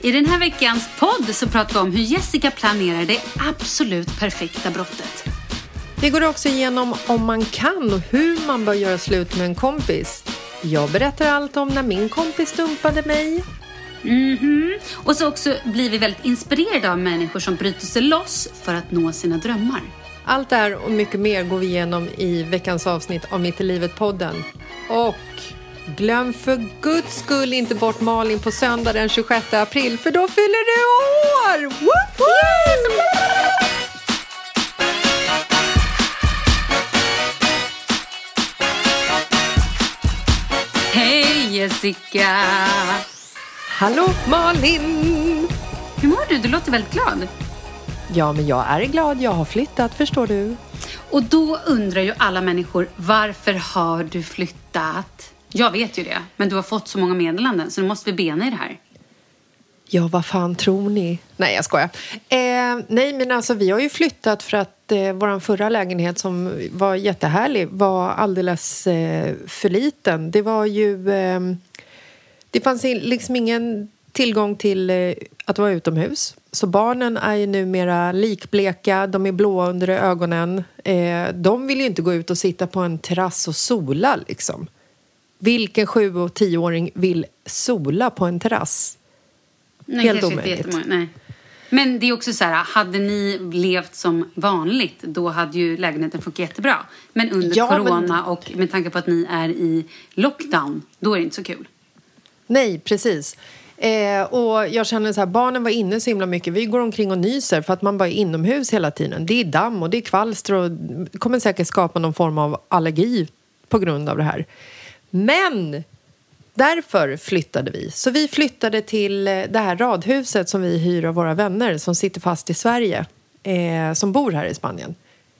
I den här veckans podd så pratar vi om hur Jessica planerar det absolut perfekta brottet. Vi går också igenom om man kan och hur man bör göra slut med en kompis. Jag berättar allt om när min kompis dumpade mig. Och så också blir vi väldigt inspirerade av människor som bryter sig loss för att nå sina drömmar. Allt det här och mycket mer går vi igenom i veckans avsnitt av Mitt i livet-podden. Och glöm för guds skull inte bort Malin på söndag den 26 april, för då fyller du år! Woop, woop! Hej Jessica! Hallå Malin! Hur mår du? Du låter väldigt glad. Ja, men jag är glad. Jag har flyttat, förstår du. Och då undrar ju alla människor, varför har du flyttat? Jag vet ju det, men du har fått så många meddelanden så nu måste vi bena i det här. Ja, vad fan tror ni? Nej, jag skojar. Nej, men alltså vi har ju flyttat för att vår förra lägenhet som var jättehärlig var alldeles för liten. Det var ju... det fanns liksom ingen tillgång till att vara utomhus. Så barnen är ju numera likbleka, de är blåa under ögonen. De vill ju inte gå ut och sitta på en terrass och sola liksom. Vilken 7- och 10-åring vill sola på en terrass? Nej, helt omöjligt. Nej. Men det är också så här, hade ni levt som vanligt, då hade ju lägenheten funkat jättebra. Men under corona och med tanke på att ni är i lockdown, då är det inte så kul. Nej, precis. Och jag känner så här, barnen var inne så himla mycket. Vi går omkring och nyser för att man bara är inomhus hela tiden. Det är damm och det är kvalster och kommer säkert skapa någon form av allergi på grund av det här. Men därför flyttade vi. Så vi flyttade till det här radhuset som vi hyr av våra vänner som sitter fast i Sverige. Som bor här i Spanien.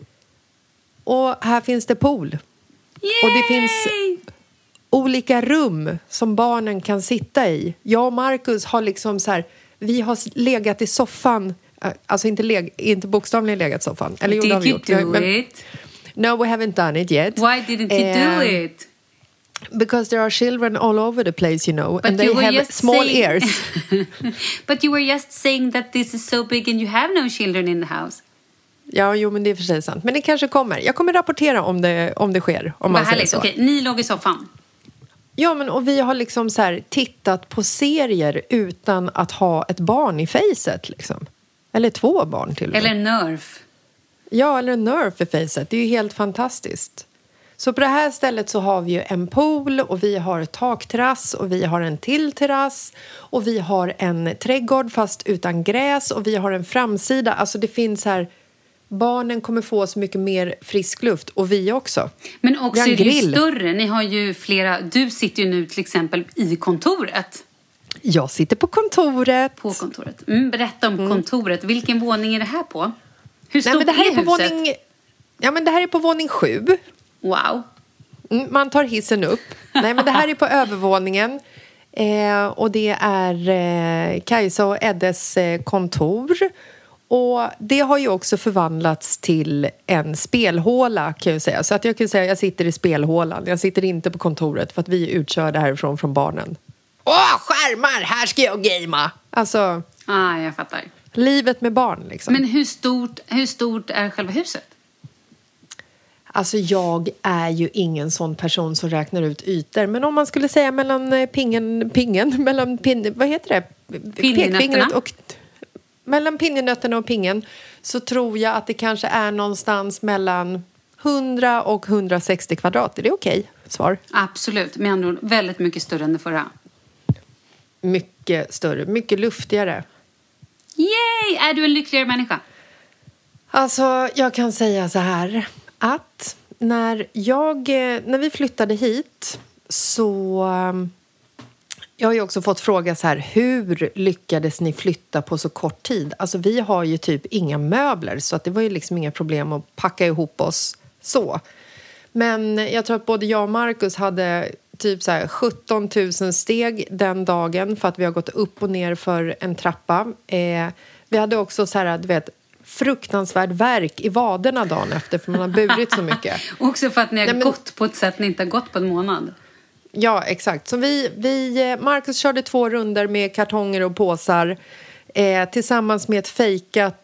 Och här finns det pool. Yay! Och det finns olika rum som barnen kan sitta i. Jag och Marcus har liksom så här, vi har legat i soffan. Alltså inte bokstavligen legat i soffan. Eller Did you do it? No, we haven't done it yet. Why didn't you do it? Because there are children all over the place, you know. But and they have small ears. But you were just saying that this is so big and you have no children in the house. Ja, jo, men det är för sig sant. Men det kanske kommer. Jag kommer rapportera om det sker. Om man säger så. Okej, ni låg i soffan. Ja, men och vi har liksom så här tittat på serier utan att ha ett barn i facet liksom. Eller 2 barn till och med. Eller Nerf. Ja, eller Nerf i facet. Det är ju helt fantastiskt. Så på det här stället så har vi ju en pool och vi har takterrass och vi har en till terrass och vi har en trädgård fast utan gräs och vi har en framsida. Alltså det finns här, barnen kommer få så mycket mer frisk luft och vi också. Men också är det ju större. Ni har ju flera, du sitter ju nu till exempel i kontoret. Jag sitter på kontoret. På kontoret. Berätta om kontoret. Vilken våning är det här på? Hur stort det här är huset? Det här är på våning 7. Wow. Man tar hissen upp. Nej, men det här är på övervåningen. Och det är Kajsa och Eddes kontor. Och det har ju också förvandlats till en spelhåla kan jag säga. Så att jag kan säga att jag sitter i spelhålan. Jag sitter inte på kontoret för att vi är utkörda härifrån från barnen. Skärmar! Här ska jag gamea! Alltså... jag fattar. Livet med barn liksom. Men hur stort är själva huset? Alltså jag är ju ingen sån person som räknar ut ytor. Men om man skulle säga mellan vad heter det? Pekfingret och mellan pinjenötterna och pingen så tror jag att det kanske är någonstans mellan 100 och 160 kvadrat. Är det okej? Svar? Absolut. Med andra ord, väldigt mycket större än det förra. Mycket större. Mycket luftigare. Yay! Är du en lyckligare människa? Alltså, jag kan säga så här att när vi flyttade hit så... Jag har ju också fått fråga så här, hur lyckades ni flytta på så kort tid? Alltså vi har ju typ inga möbler så att det var ju liksom inga problem att packa ihop oss så. Men jag tror att både jag och Marcus hade typ så här 17 000 steg den dagen för att vi har gått upp och ner för en trappa. Vi hade också så här, du vet, fruktansvärd värk i vaderna dagen efter för man har burit så mycket. Också för att ni har gått på ett sätt ni inte har gått på en månad. Ja, exakt. Så Marcus körde 2 runder med kartonger och påsar tillsammans med ett fejkat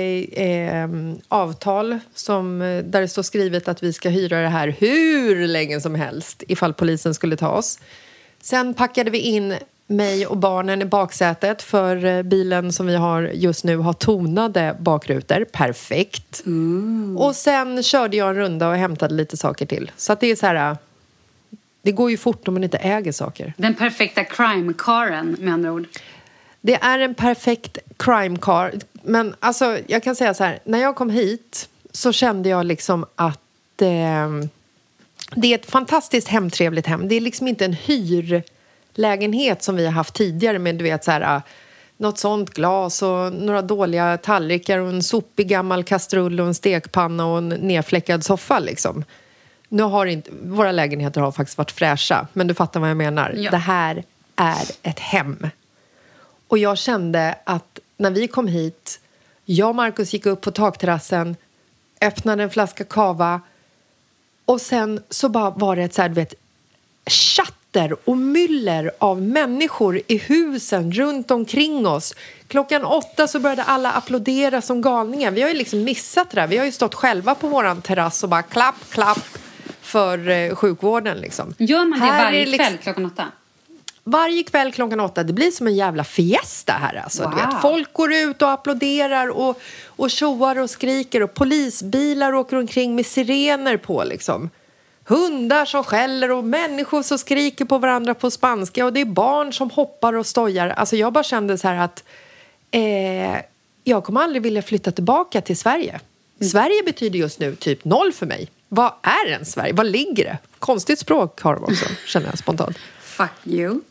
avtal där det står skrivet att vi ska hyra det här hur länge som helst ifall polisen skulle ta oss. Sen packade vi in mig och barnen i baksätet för bilen som vi har just nu har tonade bakrutor. Perfekt. Och sen körde jag en runda och hämtade lite saker till. Så att det är så här... Det går ju fort om man inte äger saker. Den perfekta crime-caren, med andra ord. Det är en perfekt crime-car. Men alltså, jag kan säga så här. När jag kom hit så kände jag liksom att det är ett fantastiskt hemtrevligt hem. Det är liksom inte en hyrlägenhet som vi har haft tidigare med, du vet, så här, något sånt glas och några dåliga tallrikar och en sopig gammal kastrull och en stekpanna och en nedfläckad soffa liksom. Nu har inte, våra lägenheter har faktiskt varit fräscha, men du fattar vad jag menar. Ja. Det här är ett hem. Och jag kände att när vi kom hit, jag och Marcus gick upp på takterrassen, öppnade en flaska kava och sen så bara var det ett så här, du vet, chatter och myller av människor i husen runt omkring oss. 8:00 så började alla applådera som galningar. Vi har ju liksom missat det där. Vi har ju stått själva på våran terrass och bara klapp, klapp för sjukvården liksom. Gör man det varje kväll 8:00? Varje kväll 8:00. Det blir som en jävla fiesta här alltså. Wow. Du vet, folk går ut och applåderar och tjoar och skriker och polisbilar åker omkring med sirener på liksom. Hundar som skäller och människor som skriker på varandra på spanska och det är barn som hoppar och stojar. Alltså jag bara kände så här att jag kommer aldrig vilja flytta tillbaka till Sverige. Sverige betyder just nu typ 0 för mig. Vad är en Sverige? Vad ligger det? Konstigt språk har de också, känner jag spontant. Fuck you.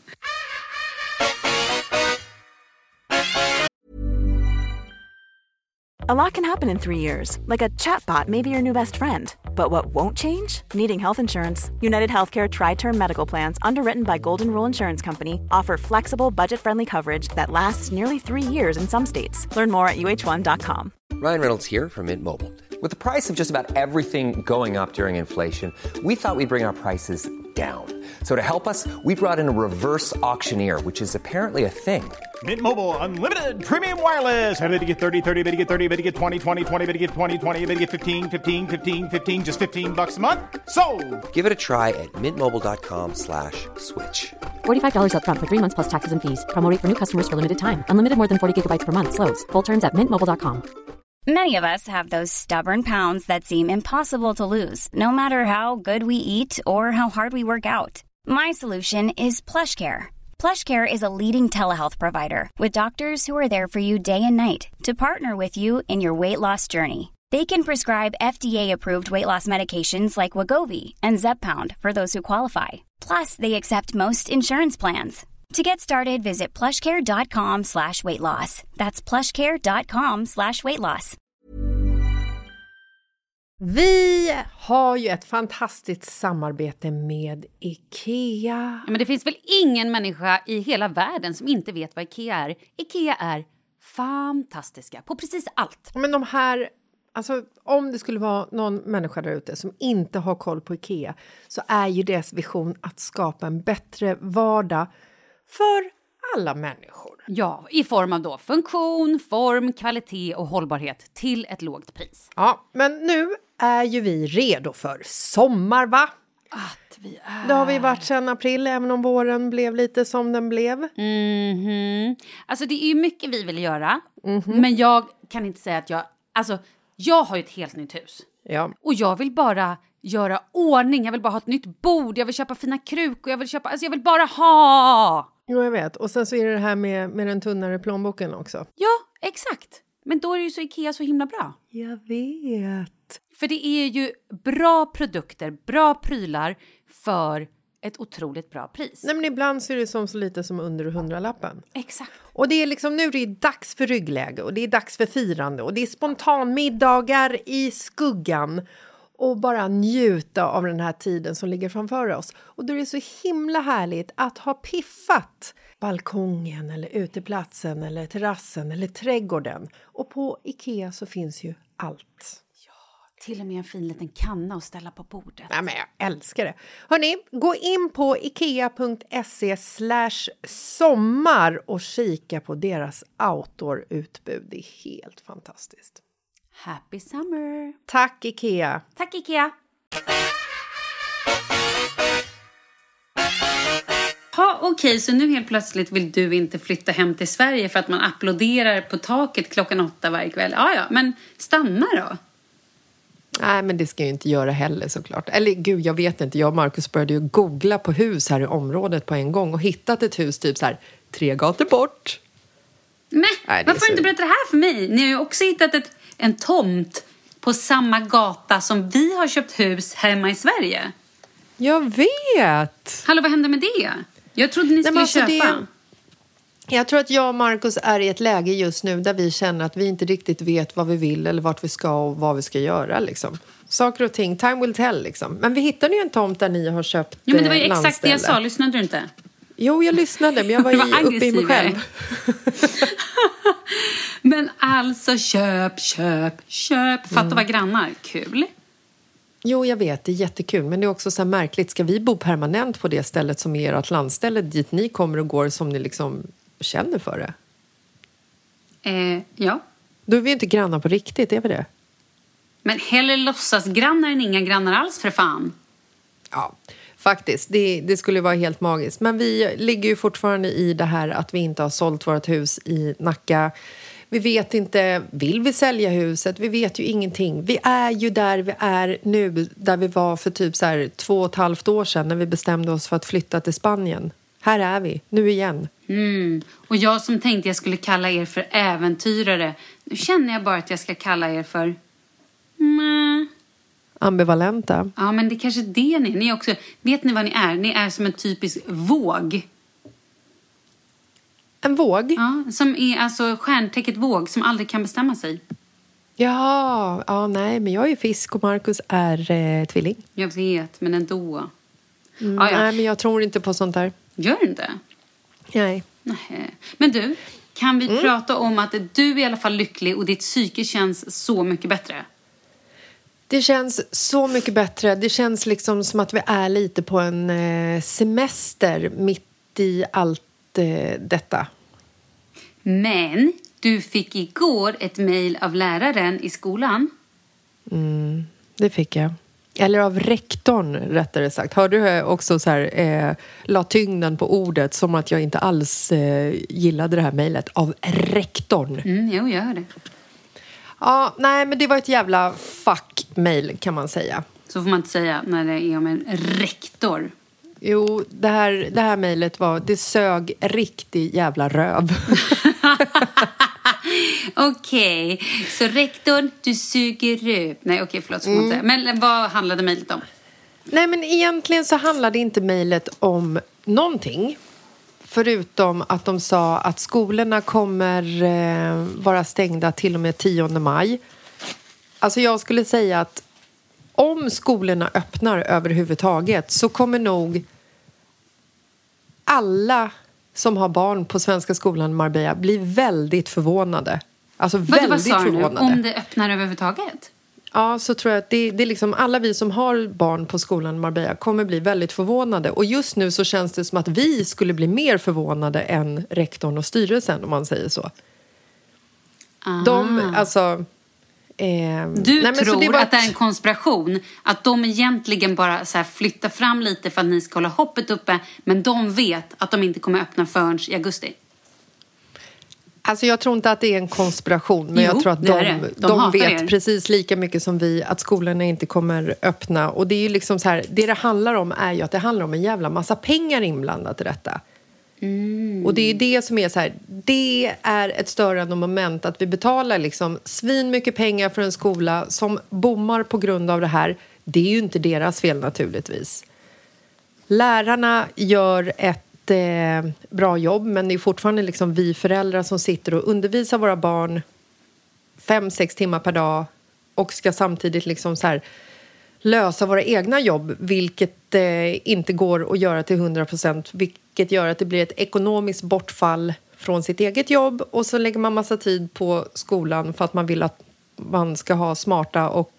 A lot can happen in 3 years, like a chatbot may be your new best friend. But what won't change? Needing health insurance. United Healthcare Tri-Term Medical Plans, underwritten by Golden Rule Insurance Company, offer flexible, budget-friendly coverage that lasts nearly 3 years in some states. Learn more at uh1.com. Ryan Reynolds here from Mint Mobile. With the price of just about everything going up during inflation, we thought we'd bring our prices down. So to help us, we brought in a reverse auctioneer, which is apparently a thing. Mint Mobile Unlimited Premium Wireless. How to get 30, 30, bit to get 30, bit to get 20, 20, 20, bit to get 20, 20, bit to get 15, 15, 15, 15, just $15 a month? Sold! Give it a try at mintmobile.com/switch. $45 up front for 3 months plus taxes and fees. Promo rate for new customers for limited time. Unlimited more than 40 gigabytes per month. Slows full terms at mintmobile.com. Many of us have those stubborn pounds that seem impossible to lose, no matter how good we eat or how hard we work out. My solution is PlushCare. PlushCare is a leading telehealth provider with doctors who are there for you day and night to partner with you in your weight loss journey. They can prescribe FDA-approved weight loss medications like Wegovy and Zepbound for those who qualify. Plus, they accept most insurance plans. To get started, visit plushcare.com/weightloss. That's plushcare.com/weightloss. Vi har ju ett fantastiskt samarbete med IKEA. Ja, men det finns väl ingen människa i hela världen som inte vet vad IKEA är. IKEA är fantastiska på precis allt. Men de här, alltså om det skulle vara någon människa där ute som inte har koll på IKEA, så är ju deras vision att skapa en bättre vardag för alla människor. Ja, i form av då funktion, form, kvalitet och hållbarhet till ett lågt pris. Ja, men nu är ju vi redo för sommar, va? Att vi är. Det har vi varit sedan april, även om våren blev lite som den blev. Alltså det är ju mycket vi vill göra. Men jag kan inte säga att jag har ju ett helt nytt hus. Ja. Och jag vill bara göra ordning. Jag vill bara ha ett nytt bord. Jag vill köpa fina krukor. Jag vill bara ha. Jo, jag vet. Och sen så är det här med den tunnare plånboken också. Ja, exakt. Men då är ju så IKEA så himla bra. Jag vet. För det är ju bra produkter, bra prylar för ett otroligt bra pris. Nej, men ibland så är det som så lite som under 100-lappen. Exakt. Och det är liksom, nu är det dags för ryggläge och det är dags för firande och det är spontanmiddagar i skuggan. Och bara njuta av den här tiden som ligger framför oss. Och då är det så himla härligt att ha piffat balkongen eller uteplatsen eller terrassen eller trädgården. Och på IKEA så finns ju allt. Ja, Till och med en fin liten kanna att ställa på bordet. Nej, men jag älskar det. Hörrni, gå in på ikea.se/sommar och kika på deras outdoor-utbud. Det är helt fantastiskt. Happy summer! Tack Ikea! Tack Ikea! Okej, så nu helt plötsligt vill du inte flytta hem till Sverige för att man applåderar på taket 8:00 varje kväll. Ja, men stanna då. Nej, men det ska jag inte göra heller såklart. Eller gud, jag vet inte. Jag och Marcus började ju googla på hus här i området på en gång och hittat ett hus typ så här 3 gator bort. Nej, varför inte berätta det här för mig? Ni har ju också hittat en tomt på samma gata som vi har köpt hus hemma i Sverige. Jag vet! Hallå, vad hände med det? Jag trodde ni skulle köpa. Jag tror att jag och Marcus är i ett läge just nu där vi känner att vi inte riktigt vet vad vi vill eller vart vi ska och vad vi ska göra liksom. Saker och ting, time will tell liksom. Men vi hittade ju en tomt där ni har köpt landställe. Ja, men det var ju exakt det jag sa, lyssnade du inte? Jo, jag lyssnade, men jag var uppe i mig själv. Men alltså, köp. Fatta vad grannar, kul. Jo, jag vet, det är jättekul. Men det är också så här märkligt. Ska vi bo permanent på det stället som är ert landställe dit ni kommer och går som ni liksom känner för det? Ja. Då är vi inte grannar på riktigt, är vi det? Men hellre låtsas grannar än inga grannar alls för fan. Ja, faktiskt. Det skulle vara helt magiskt. Men vi ligger ju fortfarande i det här att vi inte har sålt vårt hus i Nacka. Vi vet inte, vill vi sälja huset? Vi vet ju ingenting. Vi är ju där vi är nu, där vi var för typ så här 2,5 år sedan när vi bestämde oss för att flytta till Spanien. Här är vi, nu igen. Och jag som tänkte jag skulle kalla er för äventyrare, nu känner jag bara att jag ska kalla er för... Ambivalenta. Ja, men det är kanske det ni är. Ni är också, vet ni vad ni är? Ni är som en typisk våg. En våg? Ja, som är alltså stjärntecket våg som aldrig kan bestämma sig. Ja, nej, men jag är fisk och Marcus är tvilling. Jag vet, men ändå. Ja. Nej, men jag tror inte på sånt där. Gör du inte? Nej. Men du, kan vi prata om att du är i alla fall lycklig och ditt psyke känns så mycket bättre? Det känns så mycket bättre. Det känns liksom som att vi är lite på en semester mitt i allt detta. Men du fick igår ett mejl av läraren i skolan. Det fick jag. Eller av rektorn, rättare sagt. Hörde du också så här, la tyngden på ordet som att jag inte alls gillade det här mejlet. Av rektorn. Jo, jag hör det. Ja, nej, men det var ett jävla fuck-mejl kan man säga. Så får man inte säga när det är om en rektor. Jo, det här mejlet det sög riktigt jävla röv. Okej, så rektorn, du suger röv. Nej, okej, förlåt, så får man inte säga. Men vad handlade mejlet om? Nej, men egentligen så handlade inte mejlet om någonting. Förutom att de sa att skolorna kommer vara stängda till och med 10 maj. Alltså jag skulle säga att om skolorna öppnar överhuvudtaget så kommer nog alla som har barn på Svenska skolan i Marbella bli väldigt förvånade. Alltså väldigt förvånade. Om det öppnar överhuvudtaget? Ja, så tror jag att det är liksom alla vi som har barn på skolan i Marbella kommer bli väldigt förvånade. Och just nu så känns det som att vi skulle bli mer förvånade än rektorn och styrelsen, om man säger så. Du tror att det är en konspiration, att de egentligen bara så här flyttar fram lite för att ni ska hålla hoppet uppe, men de vet att de inte kommer öppna förrän i augusti? Alltså jag tror inte att det är en konspiration, men jag tror att de vet precis lika mycket som vi att skolorna inte kommer öppna. Och det är ju liksom så här, det handlar om är ju att det handlar om en jävla massa pengar inblandat i detta. Och det är det som är så här, det är ett störande moment att vi betalar liksom svin mycket pengar för en skola som bommar på grund av det här. Det är ju inte deras fel naturligtvis. Lärarna gör ett bra jobb, men det är fortfarande liksom vi föräldrar som sitter och undervisar våra barn 5-6 timmar per dag och ska samtidigt liksom så här lösa våra egna jobb, vilket inte går att göra till 100%, vilket gör att det blir ett ekonomiskt bortfall från sitt eget jobb och så lägger man massa tid på skolan för att man vill att man ska ha smarta och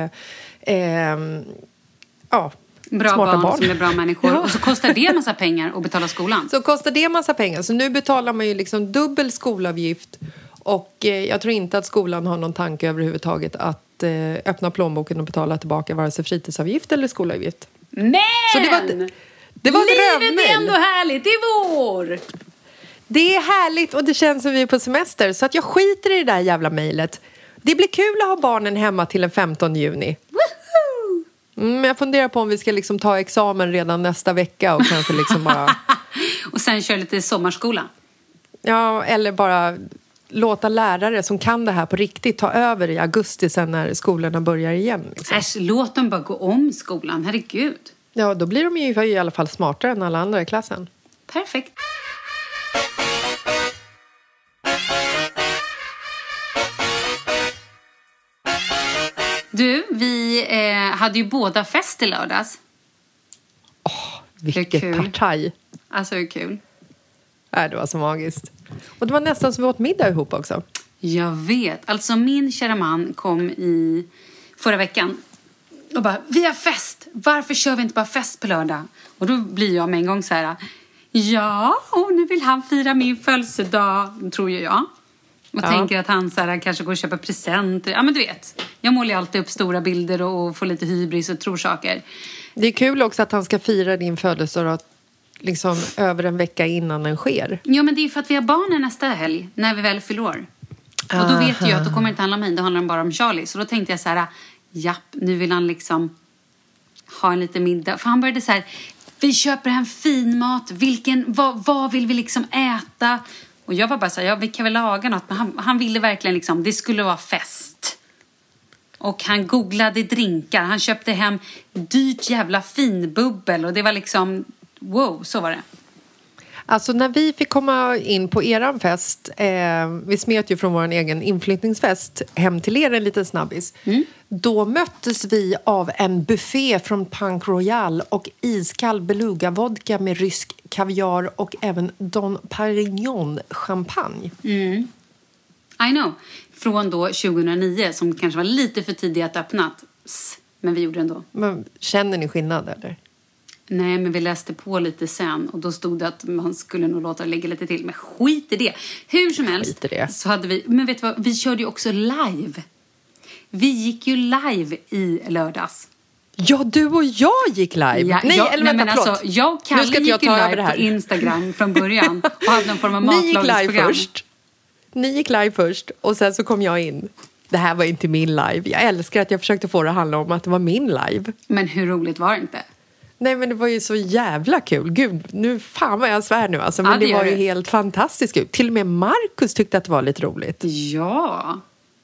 bra smarta barn som är bra människor. Ja. Och så kostar det massa pengar att betala skolan. Så kostar det massa pengar. Så nu betalar man ju liksom dubbel skolavgift. Och jag tror inte att skolan har någon tanke överhuvudtaget att öppna plånboken och betala tillbaka vare sig fritidsavgift eller skolavgift. Men! Så det var ett livet är ändå härligt, det är vår! Det är härligt och det känns som vi är på semester. Så att jag skiter i det där jävla mejlet. Det blir kul att ha barnen hemma till den 15 juni. Men jag funderar på om vi ska liksom ta examen redan nästa vecka och kanske liksom bara... och sen köra lite sommarskola. Ja, eller bara låta lärare som kan det här på riktigt ta över i augusti sen när skolorna börjar igen. Liksom. Äsch, låt dem bara gå om skolan, herregud. Ja, då blir de ju i alla fall smartare än alla andra i klassen. Perfekt. Du, vi hade ju båda fest i lördags. Vilket partaj. Alltså, hur kul. Det var så magiskt. Och det var nästan som vi åt middag ihop också. Jag vet. Alltså, min kära man kom i förra veckan och bara, vi har fest. Varför kör vi inte bara fest på lördag? Och då blir jag med en gång så här, ja, och nu vill han fira min födelsedag, tror jag. Och tänker att han så här, kanske går och köper presenter. Ja, men du vet. Jag målar alltid upp stora bilder och får lite hybris och tror saker. Det är kul också att han ska fira din födelsedag liksom över en vecka innan den sker. Ja, men det är för att vi har barnen nästa helg när vi väl fyller år. Och då vet jag att då kommer det inte handla om mig, då handlar det bara om Charlie. Så då tänkte jag så här, japp, nu vill han liksom ha en liten middag. För han började så här, vi köper hem fin mat, vad vill vi liksom äta? Och jag var bara så här, ja, vi kan väl laga något. Men han ville verkligen liksom, det skulle vara fest. Och han googlade drinkar, han köpte hem dyrt jävla finbubbel. Och det var liksom, wow, så var det. Alltså när vi fick komma in på eran fest, vi smet ju från vår egen inflyttningsfest hem till er en liten snabbis. Då möttes vi av en buffé från Punk Royal och iskall beluga-vodka med rysk kaviar och även Don Perignon champagne. I know. Från då 2009 som kanske var lite för tidigt att öppnat. Men vi gjorde det ändå. Men känner ni skillnad eller? Nej, men vi läste på lite sen och då stod det att man skulle nog låta det ligga lite till. Men skit i det. Hur som helst så hade vi, men vet du vad, vi körde ju också live. Vi gick ju live i lördags. Ja, du och jag gick live. Ja, men alltså, jag och Kalle gick ju live på Instagram från början och hade en form av matlagningsprogram. Ni gick live först och sen så kom jag in. Det här var inte min live. Jag älskar att jag försökte få det att handla om att det var min live. Men hur roligt var det inte? Nej, men det var ju så jävla kul. Gud, nu fan vad jag svär nu. Alltså, men det var ju helt fantastiskt. Till och med Marcus tyckte att det var lite roligt. Ja.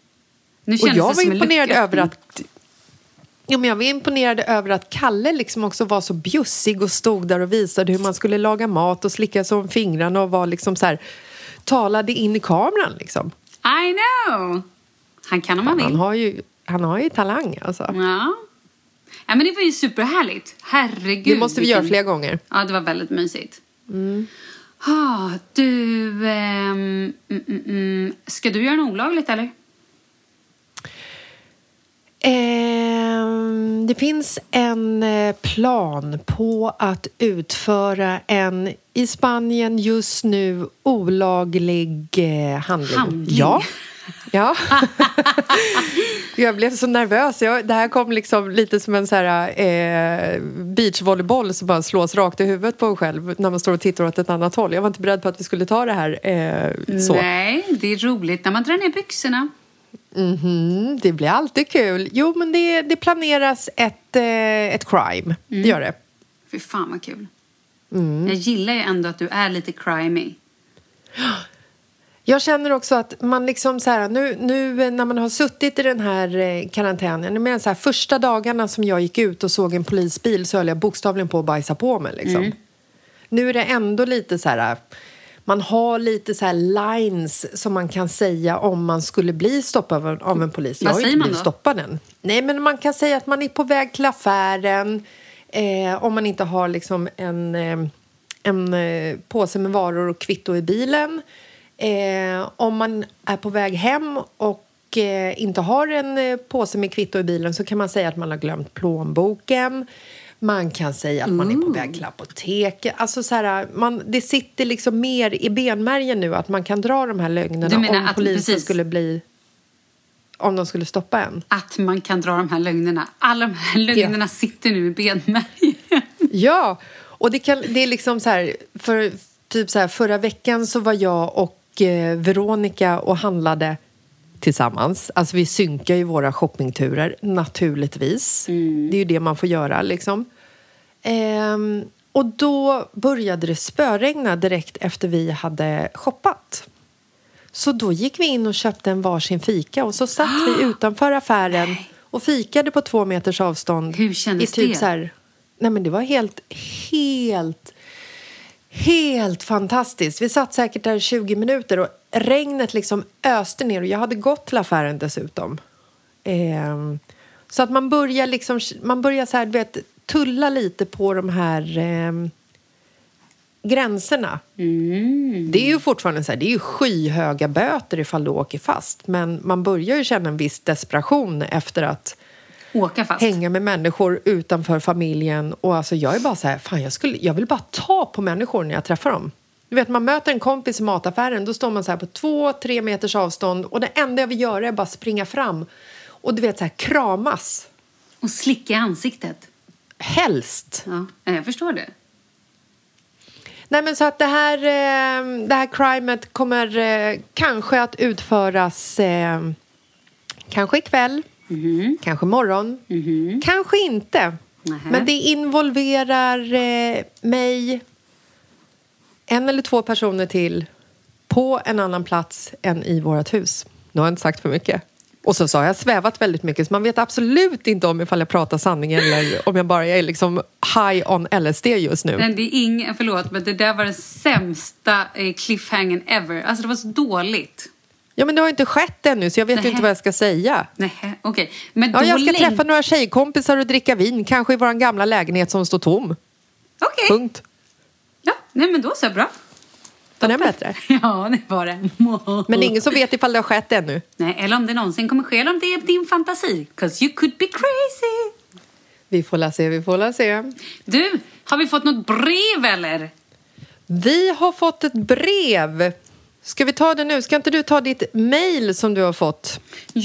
Nu och jag var imponerad över att... Ja, men jag var imponerad över att Kalle liksom också var så bjussig och stod där och visade hur man skulle laga mat och slicka sig om fingrarna och var liksom så här... Talade in i kameran liksom. I know! Han kan om man vill. Han har ju talang alltså. Ja. Ja, men det var ju superhärligt. Herregud. Det måste vi göra fler gånger. Ja, det var väldigt mysigt. Du, ska du göra något olagligt eller? Det finns en plan på att utföra en i Spanien just nu olaglig handling. Ja. Jag blev så nervös. Det här kom liksom lite som en så här beachvolleyboll som bara slås rakt i huvudet på en själv när man står och tittar åt ett annat håll. Jag var inte beredd på att vi skulle ta det här så. Nej, det är roligt när man drar ner byxorna. Det blir alltid kul. Jo, men det planeras ett crime. Det gör det. Fy fan vad kul. Jag gillar ju ändå att du är lite crimey. Jag känner också att man liksom så här, nu när man har suttit i den här karantänen, men så här, första dagarna som jag gick ut och såg en polisbil så höll jag bokstavligen på att bajsa på mig liksom. Nu är det ändå lite så här, man har lite så här lines som man kan säga om man skulle bli stoppad av en polis. Jag har inte blivit stoppad än. Nej, men man kan säga att man är på väg till affären om man inte har liksom en påse med varor och kvitto i bilen. Om man är på väg hem och inte har en påse med kvitto i bilen så kan man säga att man har glömt plånboken. Man kan säga att man är på väg till apoteket. Alltså så här, det sitter liksom mer i benmärgen nu att man kan dra de här lögnerna om polisen skulle bli... Om de skulle stoppa en. Att man kan dra de här lögnerna. Alla de här lögnerna sitter nu i benmärgen. Ja, och det är liksom så här... Förra veckan så var jag och Veronica och handlade tillsammans. Alltså vi synkar ju våra shoppingturer, naturligtvis. Det är ju det man får göra liksom. Och då började det spöregna direkt efter vi hade shoppat. Så då gick vi in och köpte en varsin fika. Och så satt vi utanför affären och fikade på 2 meters avstånd. Hur kändes typ det? Så här, nej men det var helt fantastiskt. Vi satt säkert där 20 minuter och regnet liksom öste ner. Och jag hade gått till affären dessutom. Så att man börjar så här, tulla lite på de här gränserna. Det är ju fortfarande så här, det är ju skyhöga böter ifall du åker fast. Men man börjar ju känna en viss desperation efter att åka fast. Hänga med människor utanför familjen. Och alltså jag är bara så här, fan jag vill bara ta på människor när jag träffar dem. Du vet, man möter en kompis i mataffären, då står man så här på 2-3 meters avstånd. Och det enda jag vill göra är bara springa fram. Och du vet så här, kramas. Och slicka i ansiktet. Helst. Ja, jag förstår det. Nej men så att det här crimet kommer kanske att utföras kanske ikväll. Kanske imorgon. Kanske inte. Men det involverar mig, 1 eller 2 personer till på en annan plats än i vårt hus. Nu har jag inte sagt för mycket. Och så har jag svävat väldigt mycket, så man vet absolut inte om ifall jag pratar sanning eller om jag bara är liksom high on LSD just nu. Men det är förlåt, men det där var den sämsta cliffhangern ever. Alltså det var så dåligt. Ja, men det har inte skett ännu, så jag vet inte vad jag ska säga. Nej, okej. Men jag ska träffa några tjejkompisar och dricka vin, kanske i vår gamla lägenhet som står tom. Okej. Punkt. Ja, nej men då så bra. Var den bättre? Ja, det var det. Men ingen som vet ifall det har skett ännu. Nej, eller om det någonsin kommer ske, eller om det är din fantasi. 'Cause you could be crazy. Vi får la se. Du, har vi fått något brev eller? Vi har fått ett brev. Ska vi ta det nu? Ska inte du ta ditt mejl som du har fått?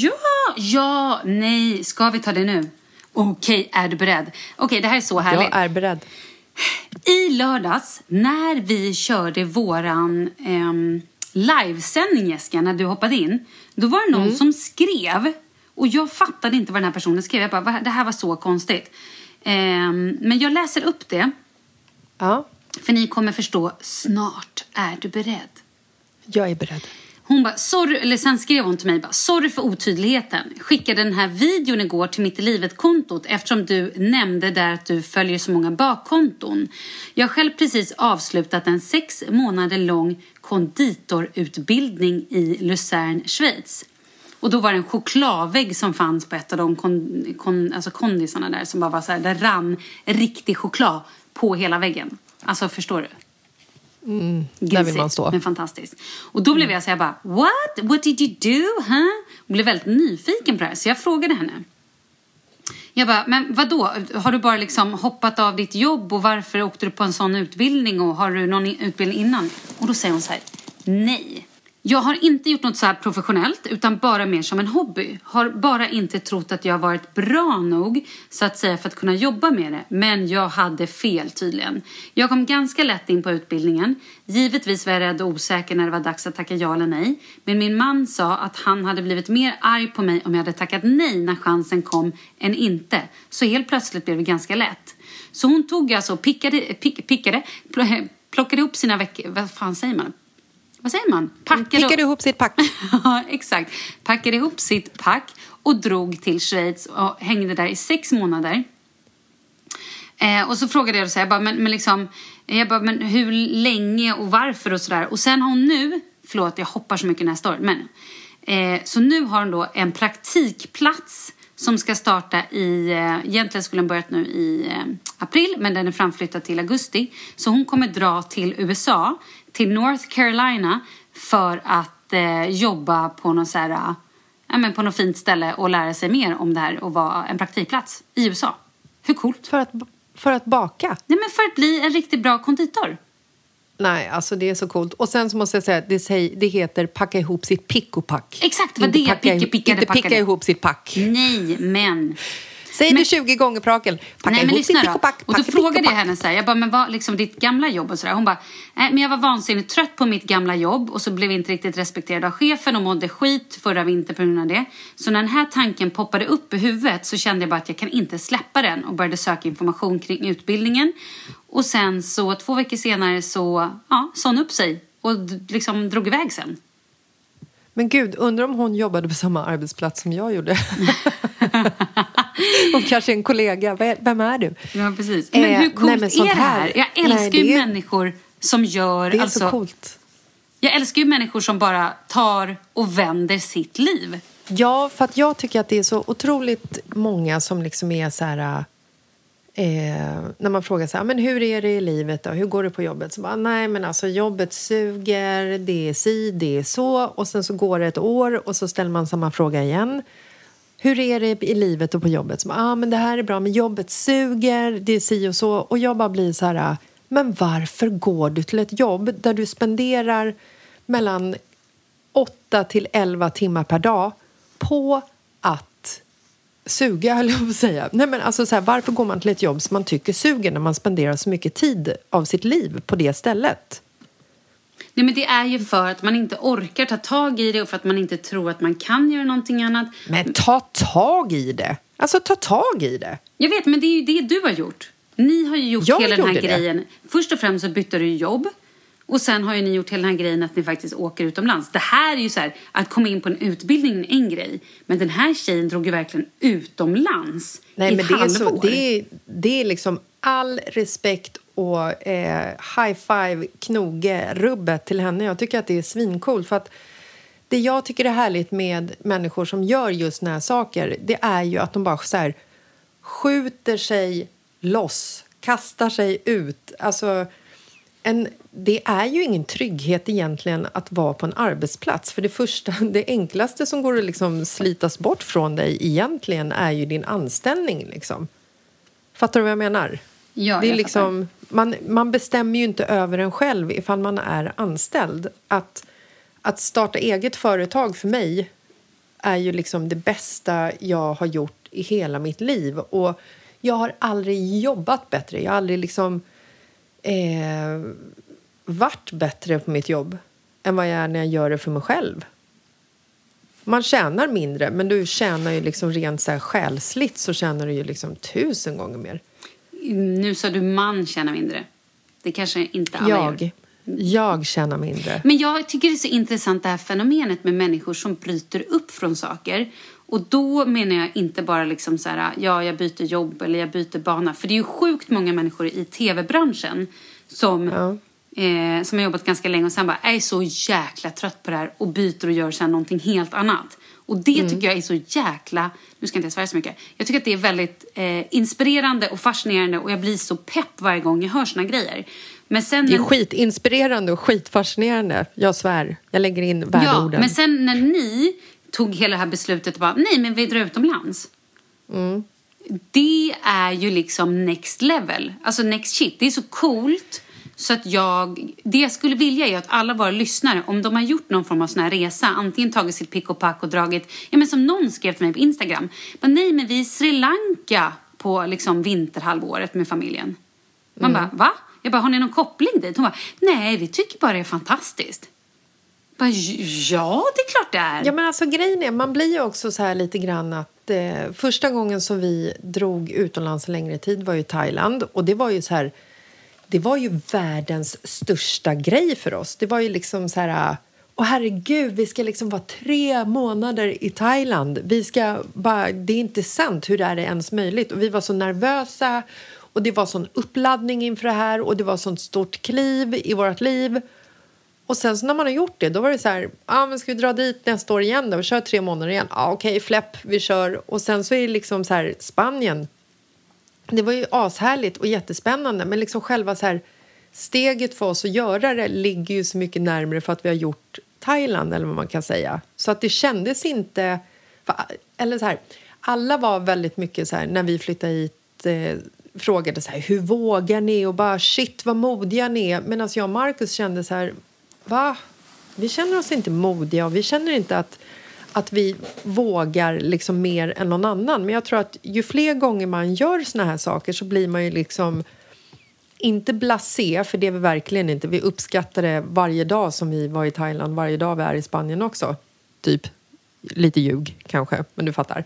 Ja, nej. Ska vi ta det nu? Okej, är du beredd? Okej, det här är så härligt. Jag är beredd. I lördags, när vi körde våran livesändning, Jessica, när du hoppade in, då var det någon som skrev, och jag fattade inte vad den här personen skrev. Jag bara, det här var så konstigt. Men jag läser upp det. Ja. För ni kommer förstå, snart är du beredd. Jag är beredd. Hon bara, sen skrev hon till mig bara, sorry för otydligheten. Skickade den här videon igår till Mitt i livet-kontot eftersom du nämnde där att du följer så många bakkonton. Jag har själv precis avslutat en 6 månader lång konditorutbildning i Luzern, Schweiz. Och då var det en chokladvägg som fanns på ett av de kondisarna där som bara var så här, det rann riktig choklad på hela väggen. Alltså förstår du? Där vill man stå. Men fantastiskt. Och då blev jag så här bara, what did you do? Och blev väldigt nyfiken på det här. Så jag frågade henne. Jag bara, men vadå? Har du bara liksom hoppat av ditt jobb? Och varför åkte du på en sån utbildning? Och har du någon utbildning innan? Och då säger hon så här, nej. Jag har inte gjort något så här professionellt utan bara mer som en hobby. Har bara inte trott att jag varit bra nog så att säga för att kunna jobba med det. Men jag hade fel tydligen. Jag kom ganska lätt in på utbildningen. Givetvis var jag rädd och osäker när det var dags att tacka ja eller nej. Men min man sa att han hade blivit mer arg på mig om jag hade tackat nej när chansen kom än inte. Så helt plötsligt blev det ganska lätt. Så hon tog alltså plockade ihop sina veckor. Vad fan säger man? Vad säger man? Pickade ihop sitt pack. Ja, exakt. Packade ihop sitt pack och drog till Schweiz och hängde där i 6 månader. Och så frågade jag så här, men hur länge och varför och sådär. Och sen har hon nu, förlåt jag hoppar så mycket nästa år, men så nu har hon då en praktikplats som ska starta egentligen skulle den börjat nu i april, men den är framflyttad till augusti. Så hon kommer dra till USA, till North Carolina, för att jobba på någon så här, på något fint ställe och lära sig mer om det här och vara en praktikplats i USA. Hur coolt? För att baka? Nej, men för att bli en riktigt bra konditor. Nej, alltså det är så coolt. Och sen så måste jag säga att det heter packa ihop sitt pick och pack. Exakt, vad det är. Inte picka ihop sitt pack. Nej, men... Säg det 20 gånger på raken. Packa ihop sitt pick och pack. Och då frågade jag henne så här, jag bara, men vad liksom ditt gamla jobb och så där. Hon bara, men jag var vansinnigt trött på mitt gamla jobb och så blev inte riktigt respekterad av chefen och mådde skit förra vintern på grund av det. Så när den här tanken poppade upp i huvudet så kände jag bara att jag kan inte släppa den och började söka information kring utbildningen. Och sen så 2 veckor senare så sa hon upp sig och liksom drog iväg sen. Men gud, undrar om hon jobbade på samma arbetsplats som jag gjorde. Och kanske en kollega. Vem är du? Ja, precis. Men hur coolt är det här? Jag älskar ju människor som gör... Det är så coolt. Jag älskar ju människor som bara tar och vänder sitt liv. Ja, för att jag tycker att det är så otroligt många som liksom är så här... när man frågar så här, men hur är det i livet då? Hur går det på jobbet? Så bara, nej men alltså jobbet suger, det är si, det är så. Och sen så går det ett år och så ställer man samma fråga igen. Hur är det i livet och på jobbet? Så bara, men det här är bra, men jobbet suger, det är si och så. Och jag bara blir så här, men varför går du till ett jobb där du spenderar mellan 8 till 11 timmar per dag på att suga, eller vad säga. Nej, men alltså så här, varför går man till ett jobb som man tycker suger när man spenderar så mycket tid av sitt liv på det stället? Nej, men det är ju för att man inte orkar ta tag i det och för att man inte tror att man kan göra någonting annat. Men ta tag i det. Alltså ta tag i det. Jag vet, men det är ju det du har gjort. Ni har ju gjort hela den här grejen. Först och främst så bytte du jobb. Och sen har ju ni gjort hela den här grejen att ni faktiskt åker utomlands. Det här är ju så här, att komma in på en utbildning är en grej. Men den här tjejen drog ju verkligen utomlands. Nej, men det är liksom all respekt och high five, knoge, rubbet till henne. Jag tycker att det är svincool. För att det jag tycker är härligt med människor som gör just såna här saker, det är ju att de bara så här skjuter sig loss, kastar sig ut. Alltså... det är ju ingen trygghet egentligen att vara på en arbetsplats. För det enklaste som går att liksom slitas bort från dig egentligen är ju din anställning. Liksom. Fattar du vad jag menar? Ja, det är liksom, man bestämmer ju inte över en själv ifall man är anställd. Att starta eget företag för mig är ju liksom det bästa jag har gjort i hela mitt liv. Och jag har aldrig jobbat bättre. Jag har aldrig liksom... varit bättre på mitt jobb än vad jag är när jag gör det för mig själv. Man tjänar mindre, men du tjänar ju liksom rent så här själsligt, så tjänar du ju liksom 1000 gånger mer. Nu sa du man tjänar mindre. Det kanske inte alla gör. Jag tjänar mindre. Men jag tycker det är så intressant det här fenomenet med människor som bryter upp från saker. Och då menar jag inte bara liksom så här, jag byter jobb eller jag byter bana. För det är ju sjukt många människor i tv-branschen som har jobbat ganska länge och sen bara är så jäkla trött på det här och byter och gör sen någonting helt annat. Och det tycker jag är så jäkla, nu ska jag inte svära så mycket. Jag tycker att det är väldigt inspirerande och fascinerande och jag blir så pepp varje gång jag hör såna grejer. Men sen det är skitinspirerande och skitfascinerande, jag svär. Jag lägger in värdeorden. Ja, men sen när ni tog hela det här beslutet och bara, nej men vi drar utomlands. Det är ju liksom next level. Alltså next shit. Det är så coolt. Så att det jag skulle vilja är att alla våra lyssnare, om de har gjort någon form av sån här resa, antingen tagit sitt pick och pack och dragit, men som någon skrev till mig på Instagram, men nej men vi är i Sri Lanka på liksom vinterhalvåret med familjen. Man bara, va? Jag bara, har ni någon koppling dit? Hon bara, nej vi tycker bara det är fantastiskt. Bara, ja, det är klart det är. Ja, men alltså grejen är, man blir ju också så här lite grann att första gången som vi drog utomlands en längre tid var ju Thailand. Och det var ju så här, det var ju världens största grej för oss. Det var ju liksom så här, åh herregud, vi ska liksom vara 3 månader i Thailand. Vi ska bara, det är inte sant hur det är ens möjligt. Och vi var så nervösa och det var sån uppladdning inför det här och det var sånt stort kliv i vårt liv. Och sen så när man har gjort det, då var det så här, men ska vi dra dit nästa år igen då? Vi kör 3 månader igen. Okej, fläpp, vi kör. Och sen så är det liksom så här, Spanien. Det var ju ashärligt och jättespännande. Men liksom själva så här, steget för oss att göra det ligger ju så mycket närmare för att vi har gjort Thailand, eller vad man kan säga. Så att det kändes inte Eller så här, alla var väldigt mycket så här, när vi flyttade hit, frågade så här, hur vågar ni? Och bara, shit vad modiga ni är. Medan jag och Marcus kände så här, va? Vi känner oss inte modiga och vi känner inte att vi vågar liksom mer än någon annan. Men jag tror att ju fler gånger man gör såna här saker så blir man ju liksom inte blasé, för det är vi verkligen inte. Vi uppskattar det varje dag som vi var i Thailand, varje dag vi är i Spanien också. Typ lite ljug kanske, men du fattar.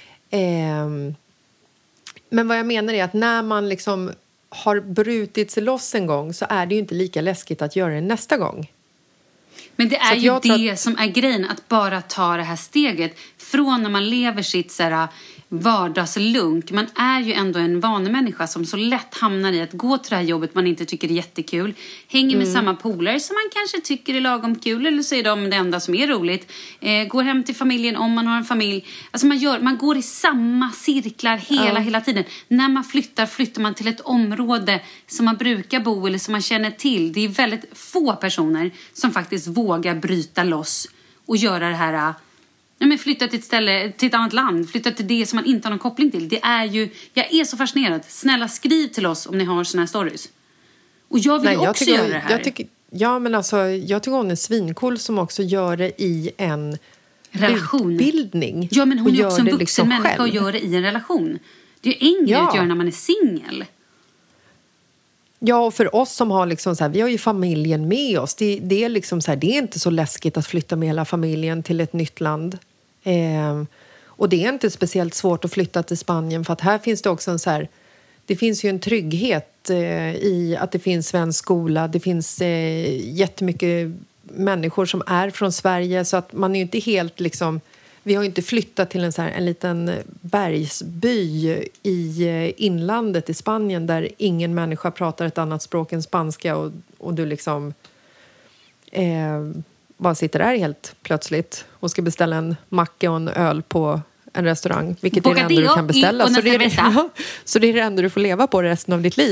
Men vad jag menar är att när man liksom har brutit sig loss en gång så är det ju inte lika läskigt att göra det nästa gång. Men det är ju det som är grejen, att bara ta det här steget från när man lever sitt så här vardagslunk. Man är ju ändå en vanemänniska som så lätt hamnar i att gå till det här jobbet man inte tycker är jättekul. Hänger med samma polare som man kanske tycker är lagom kul, eller så är de det enda som är roligt. Går hem till familjen om man har en familj. Alltså man går i samma cirklar hela tiden. När man flyttar man till ett område som man brukar bo eller som man känner till. Det är väldigt få personer som faktiskt vågar bryta loss och göra det här. Ja, men flytta till ett ställe, till ett annat land. Flytta till det som man inte har någon koppling till. Det är ju, jag är så fascinerad. Snälla, skriv till oss om ni har såna här stories. Och jag vill också göra det här. Jag tycker hon är svincool som också gör det i en relation. Utbildning. Ja, men hon är också en vuxen liksom människa själv. och gör det i en relation. Det är ju en grej att göra när man är singel. Ja, och för oss som har liksom så här, vi har ju familjen med oss. Det är liksom så här, det är inte så läskigt att flytta med hela familjen till ett nytt land. Och det är inte speciellt svårt att flytta till Spanien, för att här finns det också en så här, det finns ju en trygghet i att det finns svensk skola. Det finns jättemycket människor som är från Sverige, så att man är ju inte helt liksom, vi har ju inte flyttat till en liten bergsby i inlandet i Spanien där ingen människa pratar ett annat språk än spanska och du liksom bara sitter där helt plötsligt och ska beställa en macka och en öl på en restaurang, vilket är det enda du kan beställa. Så det är det enda du får leva på resten av ditt liv.